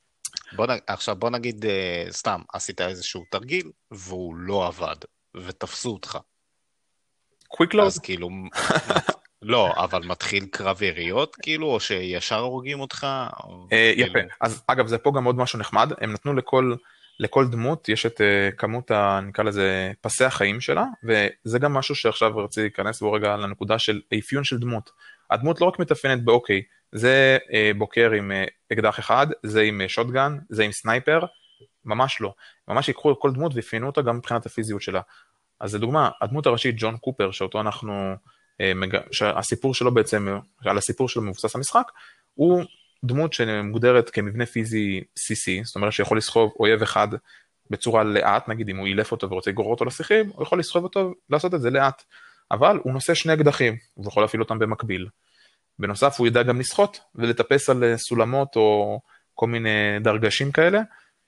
עכשיו בוא נגיד, סתם, עשית איזשהו תרגיל, והוא לא עבד, ותפסו אותך. קוויק לוד? אז כאילו, לא, אבל מתחיל קרב יריות, כאילו, או שישר הורגים אותך? יפה, אז אגב, זה פה גם עוד משהו נחמד, הם נתנו לכל דמות, יש את כמות, נקרא לזה, פסי החיים שלה, וזה גם משהו שעכשיו רציתי להיכנס בו רגע לנקודה של האפיון של דמות. הדמות לא רק מתאפיינת באוקיי, זה בוקר עם אקדח אחד, זה עם שוטגן, זה עם סנייפר, ממש לא. ממש יקחו כל דמות ואפיינו אותה גם מבחינת הפיזיות שלה. אז לדוגמה, הדמות הראשית, ג'ון קופר, שאותו אנחנו, שהסיפור שלו בעצם, על הסיפור שלו מבוסס המשחק, הוא דמות שמוגדרת כמבנה פיזי CC, זאת אומרת שיכול לסחוב אויב אחד בצורה לאט, נגיד אם הוא ילף אותו ורוצה לגרור אותו לשיחים, הוא יכול לסחוב אותו, לעשות את זה לאט. אבל הוא נושא שני אקדחים, הוא יכול להפעיל אותם במקביל. בנוסף הוא ידע גם לשחות ולטפס על סולמות או כל מיני דרגשים כאלה,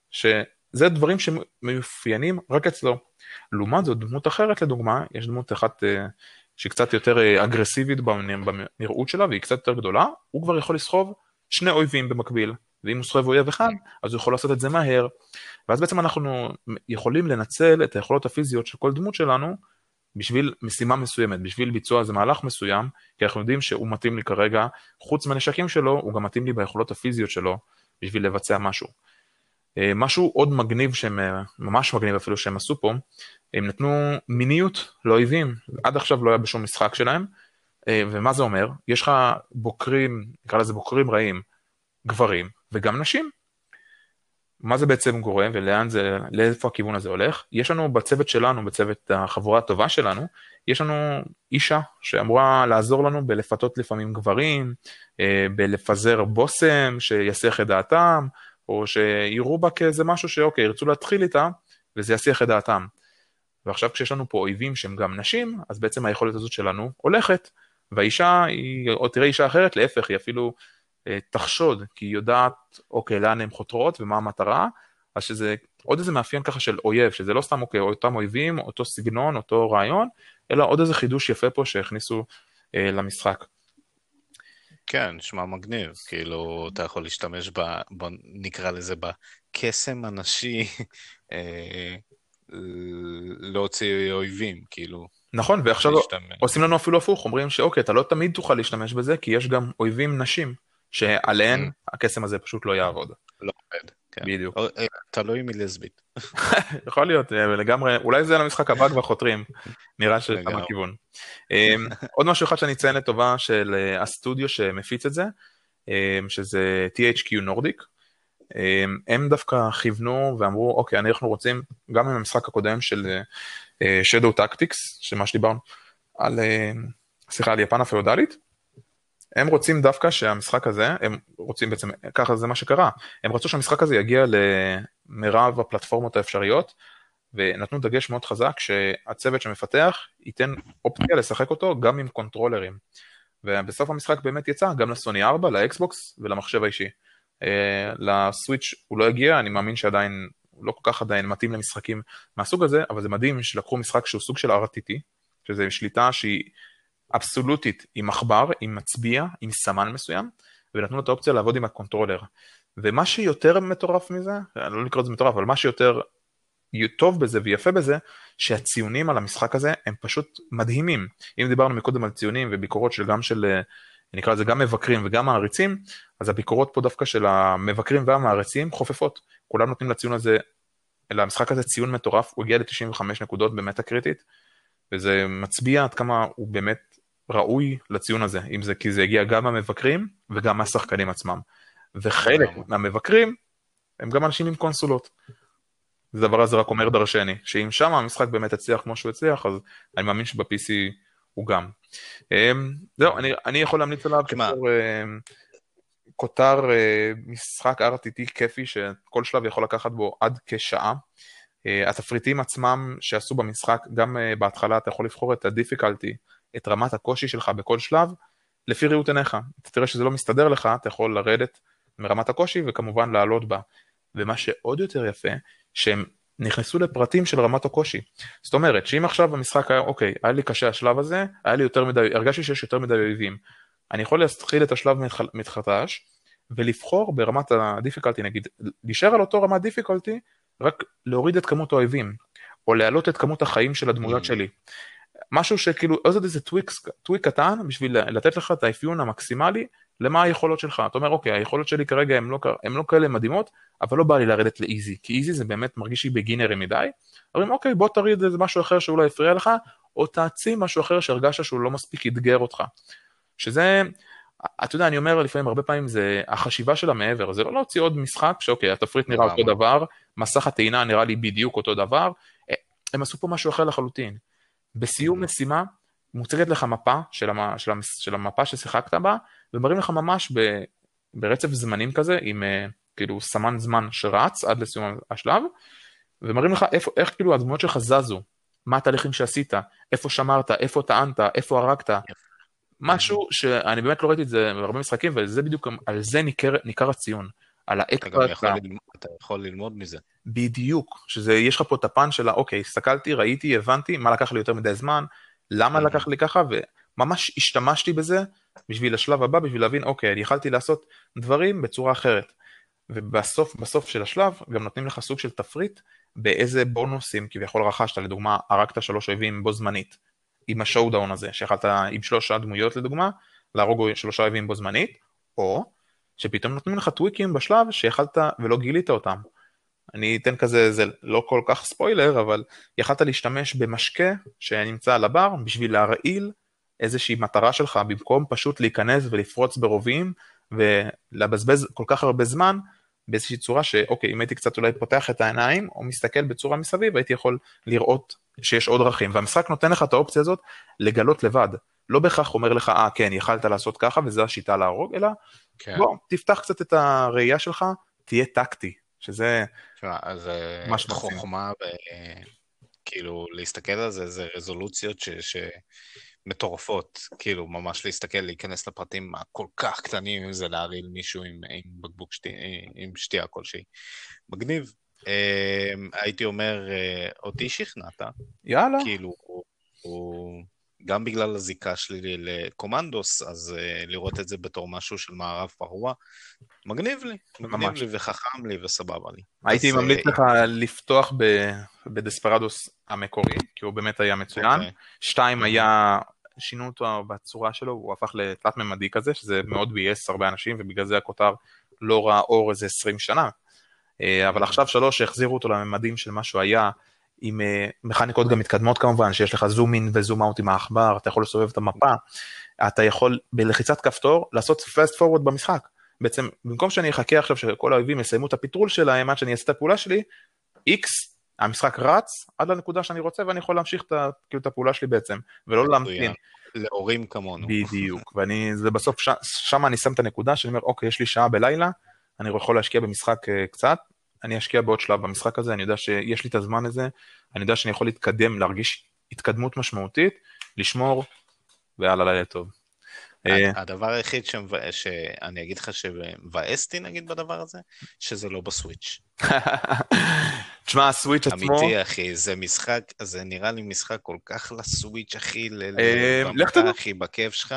שזה דברים שמאופיינים רק אצלו. לעומת זאת, דמות אחרת לדוגמה, יש דמות אחת שהיא קצת יותר אגרסיבית בנראות שלה, והיא קצת יותר גדולה, הוא כבר יכול לסחוב שני אויבים במקביל, ואם הוא סחוב אויב אחד, אז הוא יכול לעשות את זה מהר, ואז בעצם אנחנו יכולים לנצל את היכולות הפיזיות של כל דמות שלנו, בשביל משימה מסוימת, בשביל ביצוע איזה מהלך מסוים, כי אנחנו יודעים שהוא מתאים לי כרגע, חוץ מהנשקים שלו, הוא גם מתאים לי ביכולות הפיזיות שלו, בשביל לבצע משהו. משהו עוד מגניב, ממש מגניב אפילו שהם עשו פה, הם נתנו מיניות לאויבים, עד עכשיו לא היה בשום משחק שלהם, ומה זה אומר? יש לך בוקרים, נקרא לזה בוקרים רעים, גברים וגם נשים. מה זה בעצם גורם ולאן זה, לאיפה הכיוון הזה הולך? יש לנו בצוות שלנו, בצוות החבורה הטובה שלנו, יש לנו אישה שאמורה לעזור לנו בלפתות לפעמים גברים, בלפזר בוסם שיסיח את דעתם, או שיראו בה כאיזה משהו שאוקיי, ירצו להתחיל איתה, וזה יסיח את דעתם. ועכשיו כשיש לנו פה אויבים שהם גם נשים, אז בעצם היכולת הזאת שלנו הולכת, והאישה, או תראה אישה אחרת, להפך, היא אפילו תחשוד, כי היא יודעת, אוקיי, לאן הן חותרות ומה המטרה, אז שזה עוד איזה מאפיין ככה של אויב, שזה לא סתם אוקיי, אותם אויבים, אותו סגנון, אותו רעיון, אלא עוד איזה חידוש יפה פה שהכניסו למשחק. כן, נשמע מגניב, כאילו אתה יכול להשתמש נקרא לזה בקסם הנשי, להוציא אויבים, כאילו. נכון, ועכשיו עושים לנו אפילו הפוך, אומרים שאוקיי, אתה לא תמיד תוכל להשתמש בזה, כי יש גם אויבים נשים, שעליהן הקסם הזה פשוט לא יעבוד. לא עובד, כן. בדיוק. תלוי מלסבית. יכול להיות, לגמרי, אולי זה למשחק הבא כבר חותרים, נראה שתם הכיוון. עוד משהו אחד שאני אציין לטובה של הסטודיו שמפיץ את זה, שזה THQ Nordic, הם דווקא כיוונו ואמרו, אוקיי, אנחנו רוצים, גם עם המשחק הקודם של Shadow Tactics, שמה שדיברנו, על יפן הפאודלית, הם רוצים דווקא שהמשחק הזה, הם רוצים בעצם, ככה זה מה שקרה, הם רצו שהמשחק הזה יגיע למרב הפלטפורמות האפשריות, ונתנו דגש מאוד חזק שהצוות שמפתח ייתן אופציה לשחק אותו גם עם קונטרולרים. ובסוף המשחק באמת יצא גם לסוני 4, לאקסבוקס ולמחשב האישי. לסוויץ' הוא לא הגיע, אני מאמין שעדיין, הוא לא כל כך עדיין מתאים למשחקים מהסוג הזה, אבל זה מדהים שלקחו משחק שהוא סוג של RTT, שזה שליטה שהיא אבסולוטית עם מחבר, עם מצביע, עם סמן מסוים, ונתנו את האופציה לעבוד עם הקונטרולר. ומה שיותר מטורף מזה, אני לא לקרוא את זה מטורף, אבל מה שיותר טוב בזה ויפה בזה, שהציונים על המשחק הזה הם פשוט מדהימים. אם דיברנו מקודם על ציונים וביקורות של גם של, נקרא לזה גם מבקרים וגם מעריצים, אז הביקורות פה דווקא של המבקרים והמעריצים חופפות. כולם נותנים לציון הזה, למשחק הזה ציון מטורף, הוא הגיע ל-95 נקודות במטה קריטית, וזה מצביע עד כמה הוא באמת ראוי לציון הזה, אם זה כי זה הגיע גם מהמבקרים וגם מהשחקנים עצמם. וחלק מהמבקרים הם גם אנשים עם קונסולות. זה דבר הזה רק אומר דרשני, שאם שם המשחק באמת הצליח כמו שהוא הצליח, אז אני מאמין שב-PC הוא גם. זהו, אני יכול להמליץ עליו כתור כותר משחק RTT כיפי, שכל שלב יכול לקחת בו עד כשעה. התפריטים עצמם שעשו במשחק, גם בהתחלה אתה יכול לבחור את ה-difficulty, את רמת הקושי שלך בכל שלב, לפי ראות עיניך. אתה תראה שזה לא מסתדר לך, אתה יכול לרדת מרמת הקושי וכמובן לעלות בה. ומה שעוד יותר יפה, שהם נכנסו לפרטים של רמת הקושי. זאת אומרת, שאם עכשיו המשחק היה, אוקיי, היה לי קשה השלב הזה, היה לי יותר מדי, הרגשתי שיש יותר מדי אויבים. אני יכול להתחיל את השלב מתחדש, ולבחור ברמת ה-difficulty, נגיד, להישאר על אותו רמת difficulty, רק להוריד את כמות האויבים, או להעלות את כמות החיים של הדמויות שלי. משהו שכאילו, איזה טוויק קטן, בשביל לתת לך את האפיון המקסימלי, למה היכולות שלך. אתה אומר, אוקיי, היכולות שלי כרגע הן לא כאלה מדהימות, אבל לא בא לי לרדת לאיזי, כי איזי זה באמת מרגיש לי בגינרי מדי. אומרים, אוקיי, בוא תריד איזה משהו אחר שאולי יפריע לך, או תעצים משהו אחר שהרגשת שהוא לא מספיק יתגר אותך. שזה, אתה יודע, אני אומר לפעמים, הרבה פעמים זה החשיבה של המעבר, זה לא להוציא עוד משחק, שאוקיי, התפריט נראה אותו דבר, מסך הטעינה נראה לי בדיוק אותו דבר, הם עשו פה משהו אחר לחלוטין. בסיום משימה, מוצגת לך מפה של המפה ששיחקת בה, ומראים לך ממש ברצף זמנים כזה, עם כאילו סמן זמן שרץ עד לסיום השלב, ומראים לך איך כאילו הדמויות שלך זזו, מה התהליכים שעשית, איפה שמרת, איפה טענת, איפה הרגת, משהו שאני באמת לא ראיתי את זה בהרבה משחקים, וזה בדיוק, על זה ניכר הציון, על אתה יכול ללמוד מזה. בדיוק, יש לך פה את הפן של, אוקיי, הסתכלתי, ראיתי, הבנתי, מה לקח לי יותר מדי זמן, למה לקח לי ככה, וממש השתמשתי בזה בשביל השלב הבא, בשביל להבין, אוקיי, אני יכלתי לעשות דברים בצורה אחרת. ובסוף של השלב, גם נותנים לך סוג של תפריט, באיזה בונוסים כביכול רכשת, לדוגמה, הרגת 3 אויבים בו זמנית, עם השואודאון הזה, שיכלת עם 3 דמויות לדוגמה, להרוג 3 אויבים בו זמנית, או שפתאום נותנים לך טוויקים בשלב שיכלת ולא גילית אותם. אני אתן כזה, זה לא כל כך ספוילר, אבל יכלת להשתמש במשקה שנמצא על הבר, בשביל להרעיל איזושהי מטרה שלך, במקום פשוט להיכנס ולפרוץ ברובים, ולבזבז כל כך הרבה זמן, באיזושהי צורה שאוקיי, אם הייתי קצת אולי פותח את העיניים, או מסתכל בצורה מסביב, הייתי יכול לראות שיש עוד דרכים, והמשחק נותן לך את האופציה הזאת, לגלות לבד, לא בהכרח אומר לך, כן, יכלת לעשות ככה, וזו השיטה להרוג, אלא, בוא, תפתח קצת את הראייה שלך, תהיה טקטי, שזה אז חוכמה, כאילו להסתכל על זה, זה רזולוציות מטורפות, כאילו ממש להסתכל, להיכנס לפרטים הכל כך קטנים, אם זה להרעיל מישהו עם בקבוק עם שתייה כלשהי. מגניב. הייתי אומר, אותי שכנעת. יאללה. כאילו, גם בגלל הזיקה שלי לקומנדוס, אז לראות את זה בתור משהו של מערב פרוע, מגניב לי וחכם לי וסבבה לי. הייתי ממליץ לך לפתוח בדספרדוס המקורי, כי הוא באמת היה מצוין. 2 היה, שינו אותו בצורה שלו, הוא הפך לתלת ממדי כזה, שזה מאוד בייס הרבה אנשים, ובגלל זה הכותר לא ראה אור איזה 20 שנה. אבל עכשיו 3 שהחזירו אותו לממדים של מה שהוא היה, עם מכניקות גם מתקדמות כמובן, שיש לך זום אין וזום אאוט עם העכבר, אתה יכול לסובב את המפה, אתה יכול בלחיצת כפתור לעשות fast forward במשחק. בעצם, במקום שאני אחכה עכשיו שכל האויבים יסיימו את הפיטרול שלהם, עד שאני אעשה את הפעולה שלי, X, המשחק רץ עד לנקודה שאני רוצה, ואני יכול להמשיך את הפעולה שלי בעצם, ולא להמתין. להורים כמונו. בדיוק, זה בסוף, שם אני שם את הנקודה, שאני אומר, אוקיי, יש לי שעה בלילה, אני יכול להשקיע במשחק קצת, אני אשקיע בעוד שלב במשחק הזה, אני יודע שיש לי את הזמן הזה, אני יודע שאני יכול להתקדם, להרגיש התקדמות משמעותית, לשמור, ועל הלילה טוב. הדבר היחיד שאני אגיד לך שמבאסתי נגיד בדבר הזה, שזה לא בסוויץ'. תשמע, הסוויץ' עצמו... אמיתי אחי, זה משחק, זה נראה לי משחק כל כך לסוויץ' אחי, במטה אחי, בכיף שלך.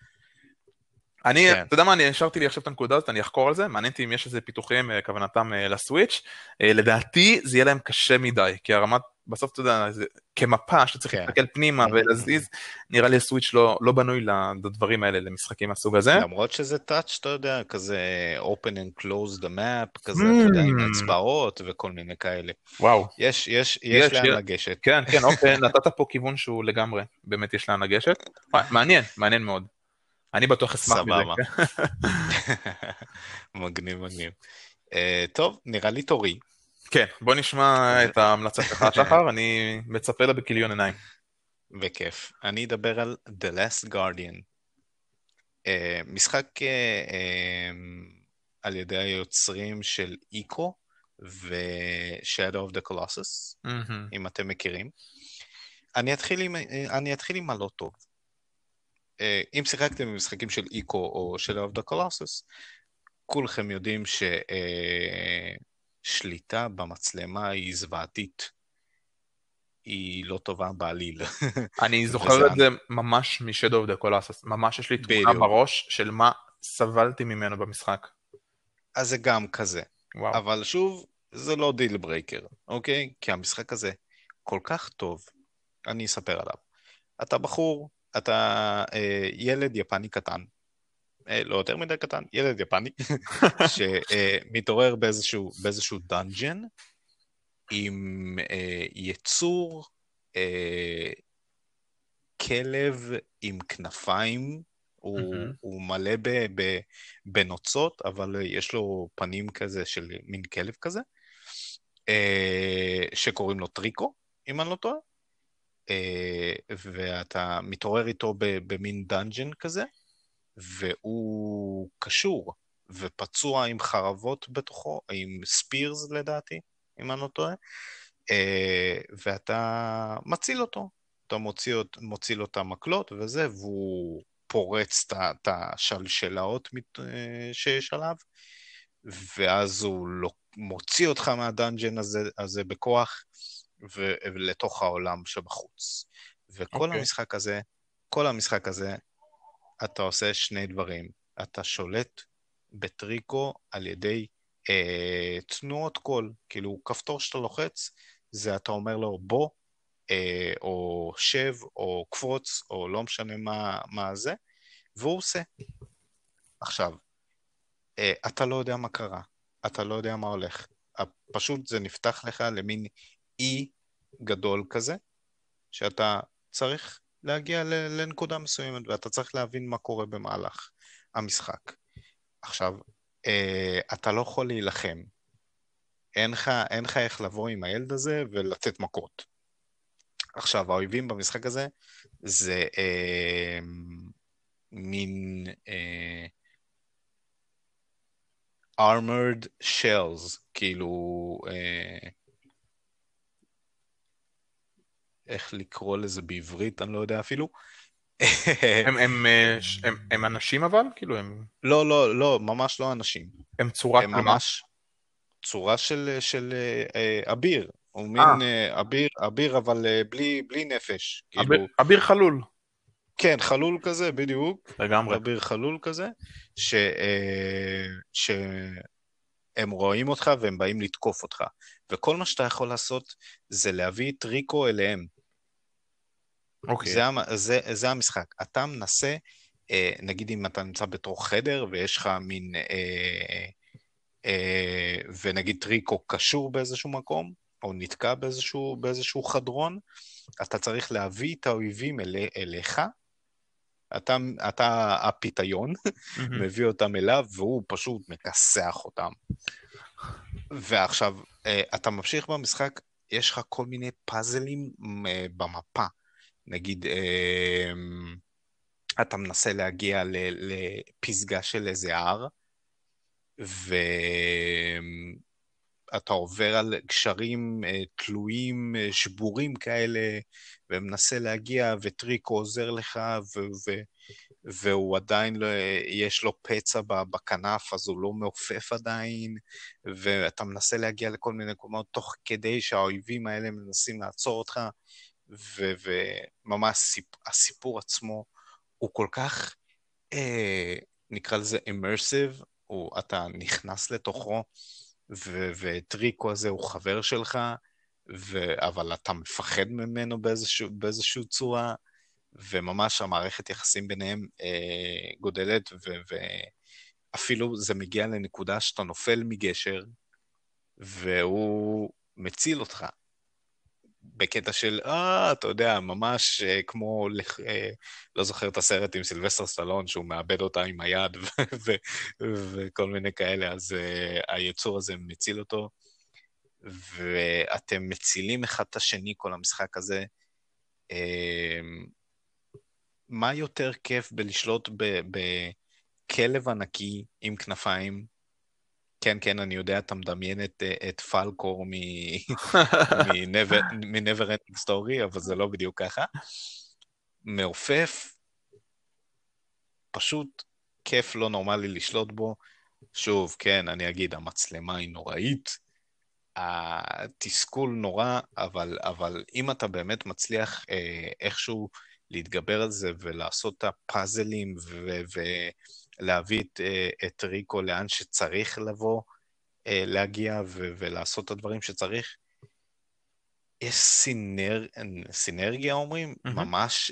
אתה יודע מה, אני השארתי לי עכשיו את הנקודה הזאת, אני אחקור על זה, מעניינתי אם יש איזה פיתוחים כוונתם לסוויץ', לדעתי זה יהיה להם קשה מדי, כי הרמת בסוף אתה יודע, כמפה שאתה צריך כן. להסתכל פנימה ולהזיז, נראה לי הסוויץ' לא בנוי לדברים האלה, למשחקים מהסוג הזה. למרות שזה טאץ', אתה יודע, כזה open and close the map, כזה, אתה יודע, עם אצבעות וכל מיני כאלה. וואו. יש לאן לגשת. כן, כן, אוקיי, נתת פה כיוון שהוא לגמרי, באמת יש לאן לגשת. מעניין, מעניין מאוד. אני בטוח אשמח מזה. סבבה. מגניב, מגניב. טוב, נראה לי תורי. כן, בוא נשמע את ההמלצה שלך, שחר, אני מצפה לה בכיליון עיניים. וכיף. אני אדבר על The Last Guardian. משחק על ידי היוצרים של איקו ו-Shadow of the Colossus, אם אתם מכירים. אני אתחיל עם הלא טוב. אם שיחקתם במשחקים של איקו או Shadow of the Colossus, כולכם יודעים ששליטה במצלמה היא זוועתית. היא לא טובה בעליל. אני זוכר את זה ממש מ-Shadow of the Colossus, ממש יש לי תמונה בראש של מה סבלתי ממנו במשחק. אז זה גם כזה. וואו. אבל שוב, זה לא דיל ברייקר, אוקיי? כי המשחק הזה כל כך טוב, אני אספר עליו. אתה בחור, אתה ילד יפני קטן, לא יותר מדי קטן, ילד יפני, שמתעורר באיזשהו דאנג'ן, עם יצור כלב עם כנפיים, הוא מלא בנוצות, אבל יש לו פנים כזה של מין כלב כזה, שקוראים לו טריקו, אם אני לא טועה, ואתה מתעורר איתו במין דאנג'ן כזה, והוא קשור ופצוע עם חרבות בתוכו, עם ספירס לדעתי, אם אני לא טועה, ואתה מציל אותו, אתה מוציא לו את המקלות וזה, והוא פורץ את השלשלאות שיש עליו, ואז הוא מוציא אותך מהדאנג'ן הזה בכוח, ולתוך העולם שבחוץ. וכל המשחק הזה, אתה עושה שני דברים. אתה שולט בטריקו על ידי תנועות קול, כאילו כפתור שאתה לוחץ, זה אתה אומר לו בוא, או שב, או קפוץ, או לא משנה מה זה, והוא עושה. עכשיו, אתה לא יודע מה קרה, אתה לא יודע מה הולך, פשוט זה נפתח לך למין אי גדול כזה, שאתה צריך להגיע לנקודה מסוימת, ואתה צריך להבין מה קורה במהלך המשחק. עכשיו, אתה לא יכול להילחם, אין לך איך לבוא עם הילד הזה ולתת מכות. עכשיו, האויבים במשחק הזה זה מין armored shells, כאילו, איך לקרוא לזה בעברית, אני לא יודע אפילו. הם אנשים אבל? כאילו הם... לא, ממש לא אנשים. הם צורה כלמה? הם ממש צורה של אביר. הוא מין אביר, אבל בלי נפש. אביר חלול. כן, חלול כזה, בדיוק. לגמרי. אביר חלול כזה, שהם רואים אותך והם באים לתקוף אותך. וכל מה שאתה יכול לעשות זה להביא את ריקו אליהם. אוקיי. זה המשחק. אתה מנסה, נגיד אם אתה נמצא בתוך חדר ויש לך מין, ונגיד טריקו קשור באיזשהו מקום, או נתקע באיזשהו חדרון, אתה צריך להביא את האויבים אליך, אתה הפיתיון, מביא אותם אליו, והוא פשוט מכסח אותם. ועכשיו, אתה ממשיך במשחק, יש לך כל מיני פאזלים במפה. נגיד, אתה מנסה להגיע לפסגה של איזה הר, ואתה עובר על גשרים תלויים, שבורים כאלה, ומנסה להגיע, וטריקו עוזר לך, והוא עדיין יש לו פצע בכנף, אז הוא לא מעופף עדיין, ואתה מנסה להגיע לכל מיני מקומות, תוך כדי שהאויבים האלה מנסים לעצור אותך, וממש הסיפור עצמו הוא כל כך, נקרא לזה immersive, אתה נכנס לתוכו, וטריקו הזה הוא חבר שלך, אבל אתה מפחד ממנו באיזשהו צורה, וממש המערכת יחסים ביניהם גודלת, ואפילו זה מגיע לנקודה שאתה נופל מגשר, והוא מציל אותך. בקטע של, אתה יודע, ממש כמו, לא זוכר את הסרט עם סילבסטר סטלון, שהוא מאבד אותה עם היד וכל מיני כאלה, אז היצור הזה מציל אותו, ואתם מצילים אחד את השני כל המשחק הזה. מה יותר כיף בלשלוט בכלב ענקי עם כנפיים? כן, כן, אני יודע, אתה מדמיין את פלקור מ-Never Ending Story, אבל זה לא בדיוק ככה. מעופף, פשוט כיף לא נורמלי לשלוט בו. שוב, כן, אני אגיד, המצלמה היא נוראית, התסכול נורא, אבל אם אתה באמת מצליח איכשהו להתגבר על זה ולעשות את הפאזלים ולהביא את ריקו לאן שצריך לבוא, להגיע ולעשות את הדברים שצריך, יש סינרגיה, אומרים, ממש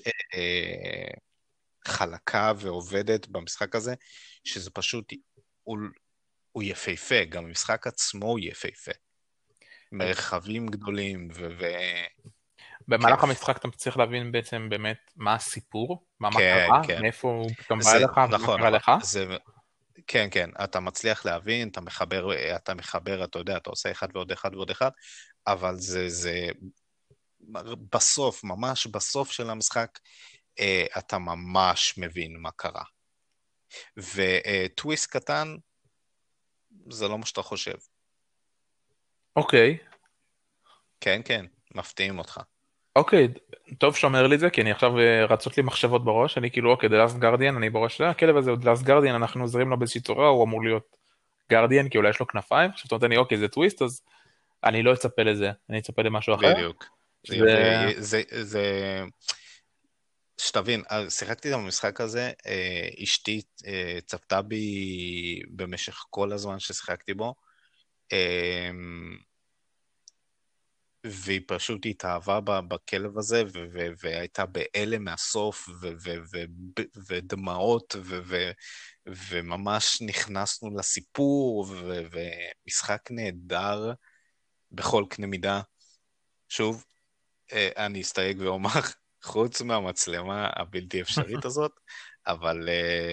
חלקה ועובדת במשחק הזה, שזה פשוט, הוא יפהפה, גם המשחק עצמו הוא יפהפה. מרחבים גדולים במהלך המשחק אתה צריך להבין בעצם באמת מה הסיפור, מה כן, קרה, כן. מאיפה הוא פתאום בא אליך ומה נכון, קרה לך. כן, כן, אתה מצליח להבין, אתה מחבר, אתה יודע, אתה עושה אחד ועוד אחד ועוד אחד, אבל זה בסוף, ממש בסוף של המשחק, אתה ממש מבין מה קרה. וטוויסט קטן, זה לא מה שאתה חושב. אוקיי. כן, כן, מפתיעים אותך. אוקיי, טוב שאומר לי את זה, כי אני עכשיו רצות לי מחשבות בראש, אני כאילו אוקיי, The Last Guardian, אני בראש, הכלב הזה הוא The Last Guardian, אנחנו עוזרים לו באיזושהי צורה, הוא אמור להיות Guardian, כי אולי יש לו כנפיים, עכשיו אתה נותן לי אוקיי, זה טוויסט, אז אני לא אצפה לזה, אני אצפה למשהו אחר. בדיוק. שזה... שתבין, שיחקתי את המשחק הזה, אשתי צפתה בי במשך כל הזמן ששיחקתי בו, והיא פשוט התאהבה בכלב הזה, והייתה בהלם מהסוף, ודמעות, וממש נכנסנו לסיפור, ומשחק נהדר בכל קנה מידה. שוב, אני אסתייג ואומר, חוץ מהמצלמה הבלתי אפשרית הזאת, אבל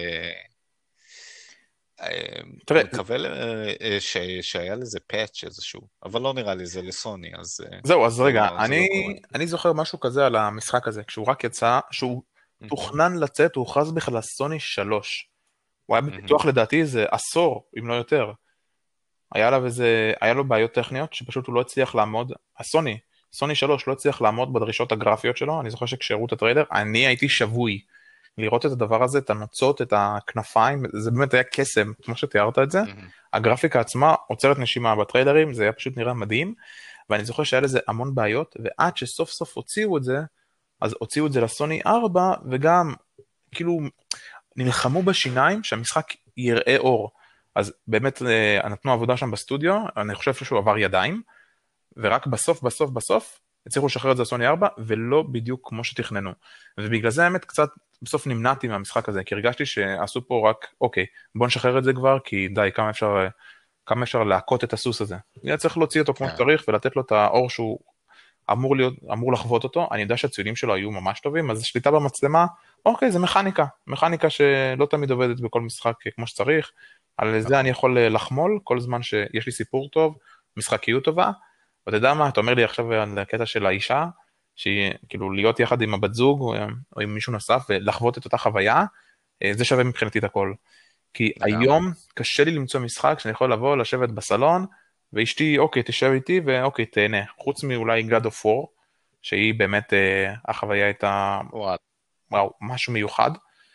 מקווה שהיה לזה פאץ' איזשהו, אבל לא נראה לי זה לסוני, אז זהו, אז רגע, זה לא קורה. אני זוכר משהו כזה על המשחק הזה, כשהוא רק יצא, שהוא תוכנן לצאת, הוא הוכרז בכלל לסוני 3. הוא היה בפיתוח לדעתי איזה עשור, אם לא יותר. היה לו בעיות טכניות שפשוט הוא לא הצליח לעמוד, סוני 3 לא הצליח לעמוד בדרישות הגרפיות שלו, אני זוכר שכשהראו את הטריילר, אני הייתי שבוי לראות את הדבר הזה, את הנוצות, את הכנפיים, זה באמת היה קסם, כמו שתיארת את זה, הגרפיקה עצמה עוצרת נשימה בטריילרים, זה היה פשוט נראה מדהים, ואני זוכר שהיה לזה המון בעיות, ועד שסוף סוף הוציאו את זה, אז הוציאו את זה לסוני 4, וגם כאילו נלחמו בשיניים שהמשחק יראה אור, אז באמת נתנו עבודה שם בסטודיו, אני חושב שהוא עבר ידיים, ורק בסוף הצליחו לשחרר את זה לסוני 4, ולא בדיוק כמו שתכננו. ובגלל זה האמת קצת בסוף נמנעתי מהמשחק הזה, כי הרגשתי שעשו פה רק, אוקיי, בוא נשחרר את זה כבר, כי די, כמה אפשר להכות את הסוס הזה. היה צריך להוציא אותו כמו שצריך, ולתת לו את האור שהוא אמור לחוות אותו. אני יודע שהציונים שלו היו ממש טובים, אז שליטה במצלמה, אוקיי, זה מכניקה שלא תמיד עובדת בכל משחק כמו שצריך, על זה אני יכול לחמול, כל זמן שיש לי סיפור טוב, משחקיות טובה, ואתה יודע מה, אתה אומר לי עכשיו על הקטע של האישה, שהיא כאילו להיות יחד עם הבת זוג, או עם מישהו נוסף, ולחוות את אותה חוויה, זה שווה מבחינתי את הכל. כי היום קשה לי למצוא משחק, שאני יכול לבוא, לשבת בסלון, ואשתי, אוקיי, תשב איתי, ואוקיי, תהנה. חוץ מאולי God of War, שהיא באמת, החוויה הייתה, וואו, משהו מיוחד.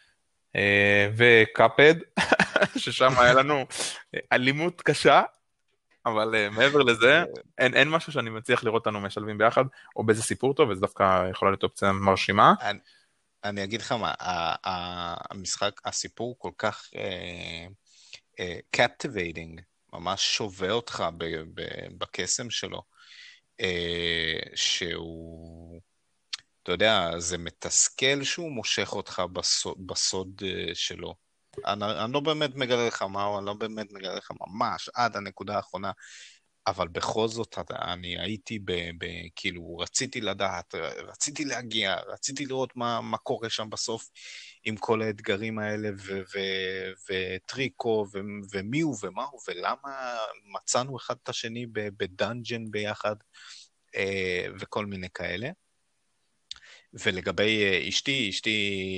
וקאפד, ששם היה לנו אלימות קשה, אבל מעבר לזה, אין משהו שאני מצליח לראות אותנו משלבים ביחד, או באיזה סיפור טוב, וזה דווקא יכולה להיות אופציה מרשימה. אני אגיד לך מה, המשחק, הסיפור כל כך captivating, ממש שווה אותך בקסם שלו, שהוא, אתה יודע, זה מתסכל שהוא מושך אותך בסוד שלו. אני לא באמת מגלה לך מהו, אני לא באמת מגלה לך ממש עד הנקודה האחרונה, אבל בכל זאת אני הייתי כאילו, רציתי לדעת, רציתי להגיע, רציתי לראות מה קורה שם בסוף עם כל האתגרים האלה, וטריקו, ומי הוא ומה הוא, ולמה מצאנו אחד את השני בדאנג'ן ביחד, וכל מיני כאלה. ולגבי אשתי,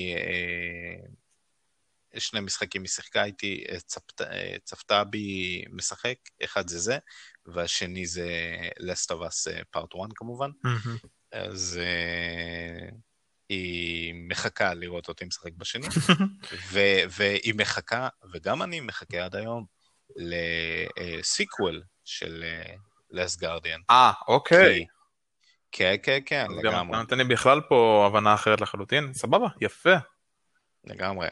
שני משחקים היא שיחקה איתי, צפתה בי משחק, אחד זה, והשני זה Last of Us Part 1 כמובן, אז היא מחכה לראות אותי משחק בשני, והיא מחכה, וגם אני מחכה עד היום, לסיקוול של Last Guardian. אוקיי. כן, אז גם לגמרי. אתה נותן לי בכלל פה הבנה אחרת לחלוטין, סבבה, יפה. לגמרי.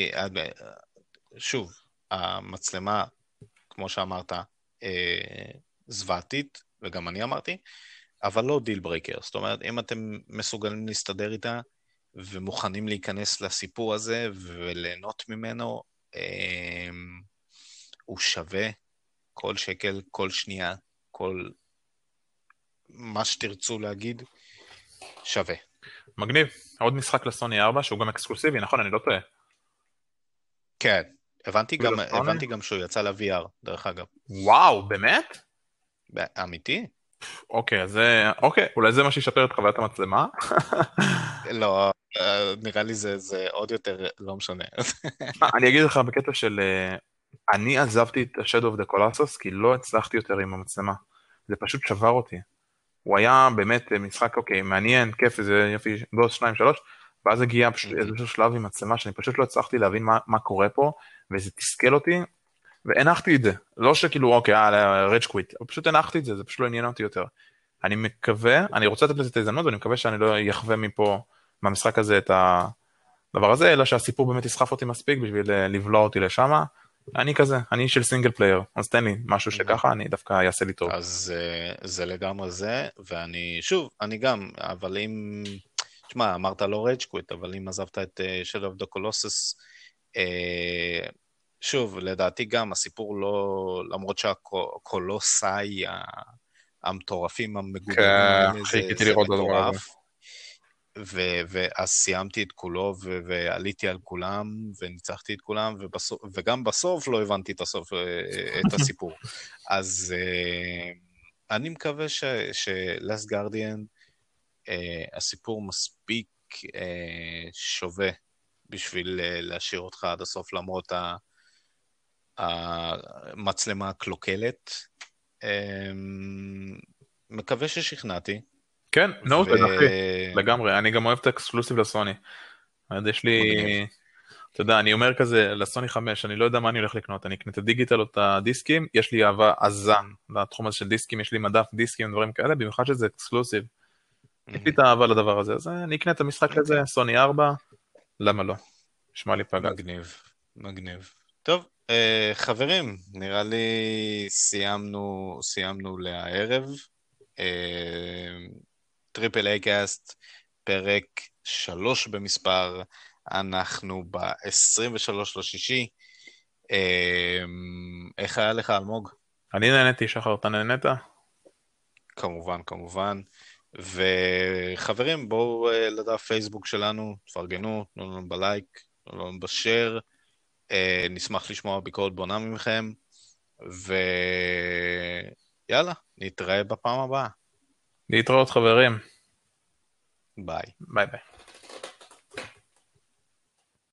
שוב, המצלמה, כמו שאמרת, זוועתית, וגם אני אמרתי, אבל לא דיל ברייקר. זאת אומרת, אם אתם מסוגלים להסתדר איתה, ומוכנים להיכנס לסיפור הזה, וליהנות ממנו, הוא שווה כל שקל, כל שנייה, כל מה שתרצו להגיד, שווה. מגניב. עוד משחק לסוני 4, שהוא גם אקסקלוסיבי, נכון? אני לא טועה. כן, הבנתי גם שהוא יצא ל-VR, דרך אגב. וואו, באמת? אמיתי? אוקיי, אוקיי, אולי זה מה שישפר את חוויית המצלמה? לא, נראה לי זה עוד יותר לא משנה. אני אגיד לך בקטע של... אני עזבתי את Shadow of the Colossus כי לא הצלחתי יותר עם המצלמה. זה פשוט שבר אותי. הוא היה באמת משחק, אוקיי, מעניין, כיף, איזה יפי, בוס 2, 3, ואז הגיע פשוט איזשהו שלב עם מצלמה שאני פשוט לא הצלחתי להבין מה קורה פה, וזה תסכל אותי, והנחתי את זה. לא שכאילו, אוקיי, רג' קוויט, פשוט הנחתי את זה, זה פשוט לא עניין אותי יותר. אני מקווה, אני רוצה לתת לזה את ההזדמנות, ואני מקווה שאני לא יחווה מפה, מהמשחק הזה את הדבר הזה, אלא שהסיפור באמת יסחף אותי מספיק בשביל לבלוע אותי לשם. אני כזה, אני של סינגל פלייר, אז תן לי משהו שככה, אני דווקא אעשה לי טוב. אז זה לגמרי זה, ואני, שוב, אני גם, אבל אם, תשמע, אמרת לא רייג' קוויט, אבל אם עזבת את Shadow of the Colossus, שוב, לדעתי גם הסיפור לא, למרות שהקולוסאי המטורפים המגוונים האלה, זה מטורף. ואז סיימתי את כולו, ועליתי על כולם, וניצחתי את כולם, וגם בסוף לא הבנתי את הסיפור. אז אני מקווה ש-Last Guardian, הסיפור מספיק שווה, בשביל להשאיר אותך עד הסוף, למרות המצלמה הקלוקלת. מקווה ששכנעתי. כן, נוטד, אחי, לגמרי, אני גם אוהב את האקסקלוסיב לסוני. יש לי, אתה יודע, אני אומר כזה, לסוני 5, אני לא יודע מה אני הולך לקנות, אני אקנה את הדיגיטל או את הדיסקים, יש לי אהבה עזה לתחום הזה של דיסקים, יש לי מדף דיסקים ודברים כאלה, במיוחד שזה אקסקלוסיב. יש לי את האהבה לדבר הזה, אז אני אקנה את המשחק הזה, סוני 4, למה לא? נשמע לי פגז. מגניב. טוב, חברים, נראה לי סיימנו לערב. טריפל איי קאסט, פרק 3 במספר, אנחנו ב-23/6. איך היה לך, אלמוג? אני נהניתי, שחר, אתה נהנית? כמובן. וחברים, בואו לדף פייסבוק שלנו, תפרגנו, תנו לנו בלייק, תנו לנו בשיר, נשמח לשמוע ביקורת בונה ממכם, ויאללה, נתראה בפעם הבאה. להתראות חברים. ביי. ביי ביי.